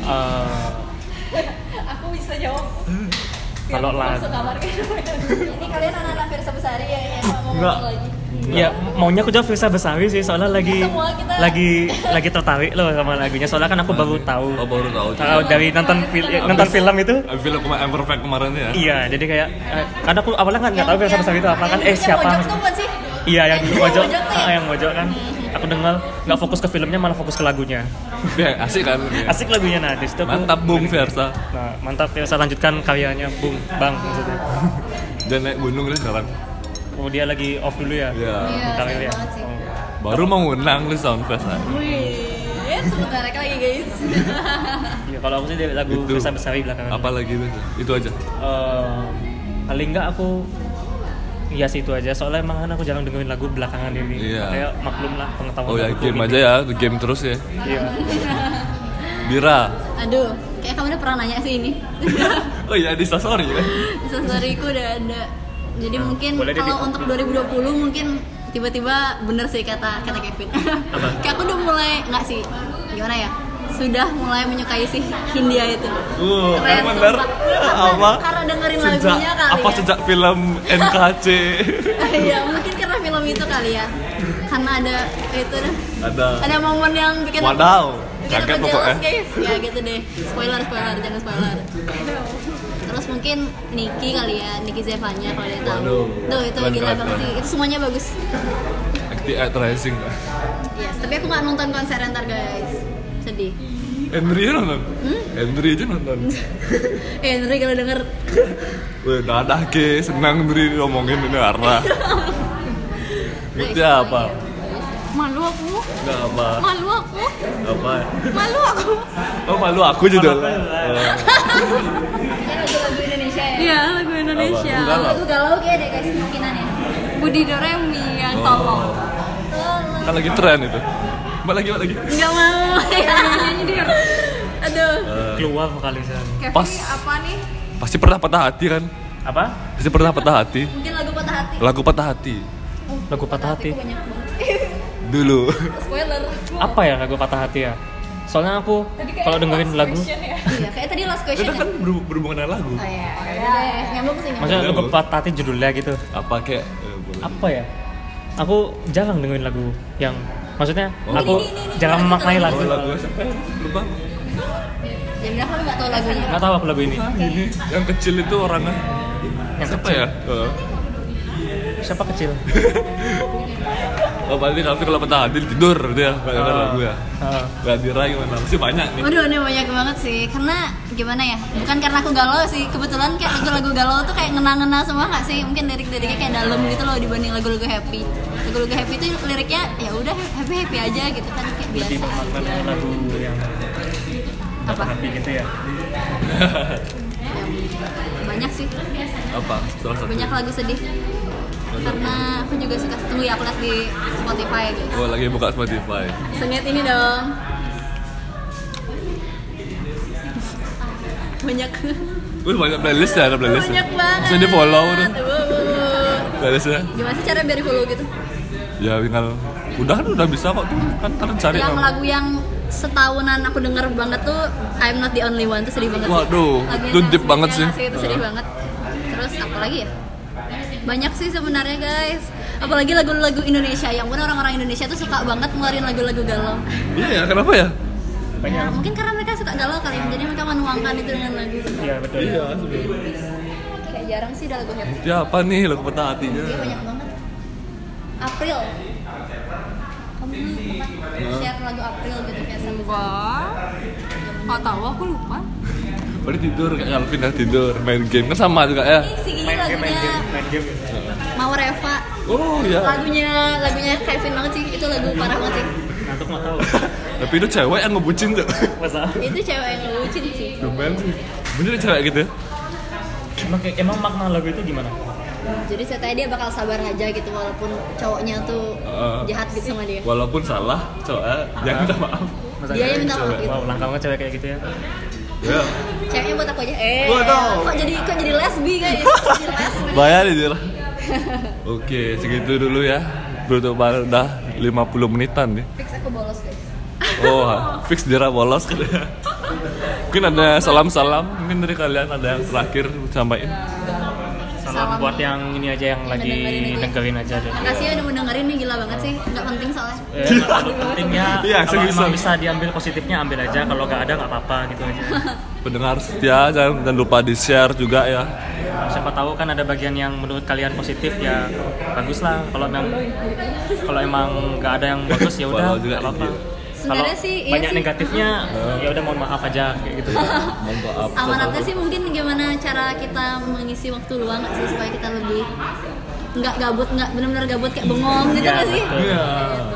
Aku bisa jawab.
Kalau lagu,
Masuk kamar kan. Ini kalian anak-anak Versa Besari ya mau
Enggak.
ngomong lagi.
ya maunya aku jawab Firsa Besari sih, soalnya
Semua kita-
lagi tertarik loh sama lagunya. Soalnya kan aku baru tahu.
Oh baru tahu.
Kalau dari nonton film itu.
Film Imperfect kemarin ya.
Iya, jadi kayak karena aku awalnya nggak tahu Firsa Besari itu apa kan.
Yang
Siapa?
pojok tuh bukan sih?
Iya, yang
Yang
mojok.
mojok tuh ya?
Yang mojok kan. Aku dengar nggak fokus ke filmnya, malah fokus ke lagunya.
Ya, asik kan.
Asik lagunya, nah di situ aku-
Mantap Bung Versa.
Nah, mantap Firsa, lanjutkan karyanya Bung Bang maksudnya.
Dan naik gunung deh sekarang.
Oh, dia lagi off dulu ya?
Iya.
Iya,
Karir
sayang
ya?
banget sih.
Oh.
Baru mau ngundang lu Soundfest lah.
Wih, sebentar lagi guys.
Iya, kalau aku sih dari lagu
Itu.
Firsa Besari belakangan.
Apa lagi itu aja.
Paling nggak aku iya sih itu aja. Soalnya emang kan aku jarang dengerin lagu belakangan ini.
Iya.
Kayak maklum lah pengetahuan.
Oh ya
laguku
game
gitu.
aja ya, game terus ya.
Iya.
Bira.
Aduh, kayak kamu udah pernah nanya sih ini.
Oh iya di story kan.
Storyku udah ada. Jadi mungkin
boleh deh,
kalau untuk 2020 mungkin tiba-tiba bener sih kata Kevin. Kayak aku udah mulai nggak sih, gimana ya? Sudah mulai menyukai si Hindia itu. Keren,
bener.
sumpah.
Apa?
Karena dengerin
Sejak
lagunya kali
apa
ya.
sejak film NKC
Iya, mungkin karena film itu kali ya. Karena ada itu dah. Ada momen yang bikin
Wadaw.
bikin
Kaget
aku
pokoknya.
jealous guys. Ya gitu deh. Spoiler, jangan spoiler. Terus mungkin Niki kali ya, Niki Zevanya kalau dia tahu.
Waduh.
Tuh itu
Keren,
gila
keren,
banget
keren.
sih. Itu semuanya bagus.
Active Rising.
Yes, tapi aku nggak nonton konser ntar guys. Sedih.
Henry aja nonton. Henry aja nonton.
Henry kalau denger
Wah, dadah ke senang Henry ngomongin ini arah. Itu apa?
malu aku,
Enggak apa.
malu aku,
Apa?
malu aku.
Oh, malu aku judul.
Ini lagu-lagu Indonesia ya?
Iya, lagu Indonesia.
Apa? Galau.
Lagu galau kayak deh guys kemungkinannya.
Budi Doremi yang tolong.
Kan lagi tren itu. Mbak lagi.
Nggak mau.
Nyanyi dia.
Aduh.
Keluar vokalisnya.
Kevin
Pas.
ini apa nih?
Pasti pernah patah hati kan?
Apa?
Pasti pernah patah hati.
Mungkin lagu patah hati.
Lagu patah hati.
Lagu patah hati.
Hatiku banyak banget.
Dulu.
Spoiler.
Apa ya lagu patah hati ya? Soalnya aku kalau dengerin lagu,
Iya, kayak tadi last
Itu
question ya.
kan berhubungan dengan lagu.
Oh iya, udah nyambung sih.
maksudnya lagu patah hati judulnya gitu.
Apa kayak boleh.
Apa ya? Aku jarang dengerin lagu yang maksudnya
Oh.
aku
Ini,
jarang
ini,
memaknai
ini.
lagu.
Oh, lagu siapa? Lupa.
Jadi bilang kamu nggak tahu lagunya.
Nggak tahu aku lagu ini.
Ini yang kecil itu orangnya.
Yang
Siapa
kecil.
ya?
Siapa kecil?
Oh, berarti kalau patah hati tidur dia nggak denger lagu ya.
Heeh.
Gak dira gimana? Masih banyak nih.
Waduh, ini banyak banget sih. Karena gimana ya? Bukan karena aku galau sih. Kebetulan kayak lagu-lagu galau tuh kayak ngena-ngena semua nggak sih? Mungkin lirik-liriknya kayak dalam gitu loh dibanding lagu-lagu happy. Lagu-lagu happy tuh liriknya ya udah happy aja gitu kan kayak biasa.
Lebih memaknai
aja.
lagu yang
Apa?
happy gitu ya.
Banyak sih.
Apa? Salah satu.
Banyak lagu sedih. Karena aku juga suka tunggu ya aku lihat di Spotify guys.
Oh, lagi buka Spotify.
Sengit ini dong. Banyak.
Wih, banyak playlist ya, ada playlist.
Banyak banget.
Bisa di follow tuh. playlistnya.
Gimana sih cara biar follow gitu?
Ya tinggal udah bisa kok tuh kan ntar cari
Yang
nama.
lagu yang setahunan aku denger banget tuh I'm Not The Only One tuh sedih banget.
Waduh,
Lagunya
itu deep
Sam
banget
Smith
sih.
Itu sedih banget. Terus apa lagi ya? Banyak sih sebenarnya guys. Apalagi lagu-lagu Indonesia yang bener orang-orang Indonesia tuh suka banget ngeluarin lagu-lagu galau.
Iya ya, kenapa ya?
Ya, mungkin karena mereka suka galau kali ya, jadi mereka menuangkan itu dengan lagu.
Iya betul.
Iya sebenarnya.
Kayak jarang sih ada lagu happy.
Dia apa nih lagu patah hatinya?
Dia banyak banget. April. Kamu pernah share lagu April gitu kayak sama
Enggak. Nggak tahu, aku lupa.
Baru tidur kayak Alvin dah tidur main game kan sama juga ya.
si ini
Main
lagunya
game.
Mau Reva.
Oh iya.
Lagunya Kevin banget sih. Itu lagu parah banget sih.
Ngantuk nggak tahu.
Tapi itu cewek yang ngebucin tuh.
Masa?
Itu cewek yang lucu sih.
Lumayan sih. Bener cewek gitu ya?
Emang makna lagu itu gimana?
Jadi ceritanya dia bakal sabar aja gitu walaupun cowoknya tuh jahat gitu sama dia.
Walaupun salah, cowok jangan minta maaf.
Masa
Dia yang minta maaf gitu.
Wow, langka banget cewek kayak gitu ya.
Ya.
Ceweknya buat aku aja.
Waduh.
Kok jadi lesbi guys? Jadi lesbi.
Bayar dia. Oke, segitu dulu ya. Berutuh udah 50 menitan nih.
Fix aku bolos guys.
Oh, fix Dira bolos kan ya. Mungkin ada salam-salam, mungkin dari kalian ada yang terakhir sampaikan.
Salam buat yang ini aja yang lagi dengerin aja deh.
Makasih ya udah mau dengerin nih, gila banget sih. Nggak penting soalnya.
Pentingnya
Iya,
kalau
sebisa.
emang bisa diambil positifnya ambil aja, kalau nggak ada nggak apa-apa gitu aja.
Pendengar setia, jangan lupa di-share juga ya.
Siapa tahu kan ada bagian yang menurut kalian positif ya bagus lah. Kalau emang nggak ada yang bagus ya udah
Follow juga
nggak apa-apa.
IG.
Kalau
Sebenarnya sih, iya
banyak
sih.
negatifnya ya udah mohon maaf aja kayak gitu.
Mohon maaf.
Amanatnya sih mungkin gimana cara kita mengisi waktu luang nggak sih supaya kita lebih nggak gabut, nggak benar-benar gabut kayak bengong gitu
Iya,
nggak sih?
betul.
Iya.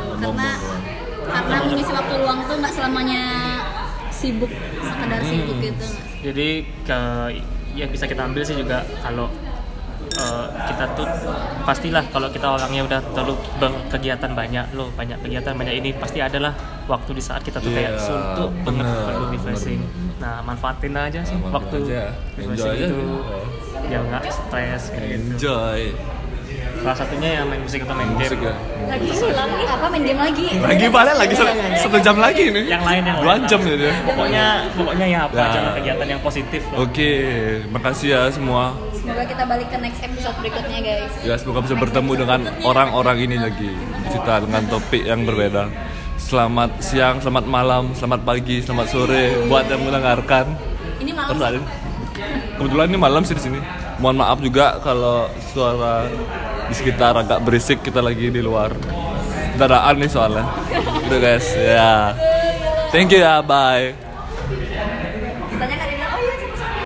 Karena mengisi waktu luang tuh nggak selamanya sibuk, sekedar sibuk gitu.
Jadi yang bisa kita ambil sih juga kalau kita tuh pastilah kalau kita orangnya udah terlalu berkegiatan banyak kegiatan banyak ini pasti adalah waktu di saat kita tuh kayak
Iya,
suntuk banget
bener,
perlu refreshing. Nah manfaatin aja sih
Manfaatin
waktu
aja.
refreshing
Enjoy aja.
itu biar nggak stres kayak gitu.
Enjoy.
Salah satunya ya main musik atau main
Musik
game.
ya.
Lagi apa main game lagi?
Lagi balik lagi 1 jam lagi nih.
Yang lain
2 jam ya dia.
Pokoknya ya apa
Ya.
aja lah kegiatan yang positif. lah.
Oke, makasih ya semua.
Semoga kita balik ke next episode berikutnya guys.
Ya semoga bisa bertemu dengan orang-orang ini lagi. Kita dengan topik yang berbeda. Selamat siang, selamat malam, selamat pagi, selamat sore buat yang mendengarkan.
Ini malam
Terus ada- kebetulan ini malam sih di sini. Mohon maaf juga kalau suara di sekitar agak berisik, kita lagi di luar. Kendaraan nih soalnya. Udah guys, ya. Thank you ya, bye.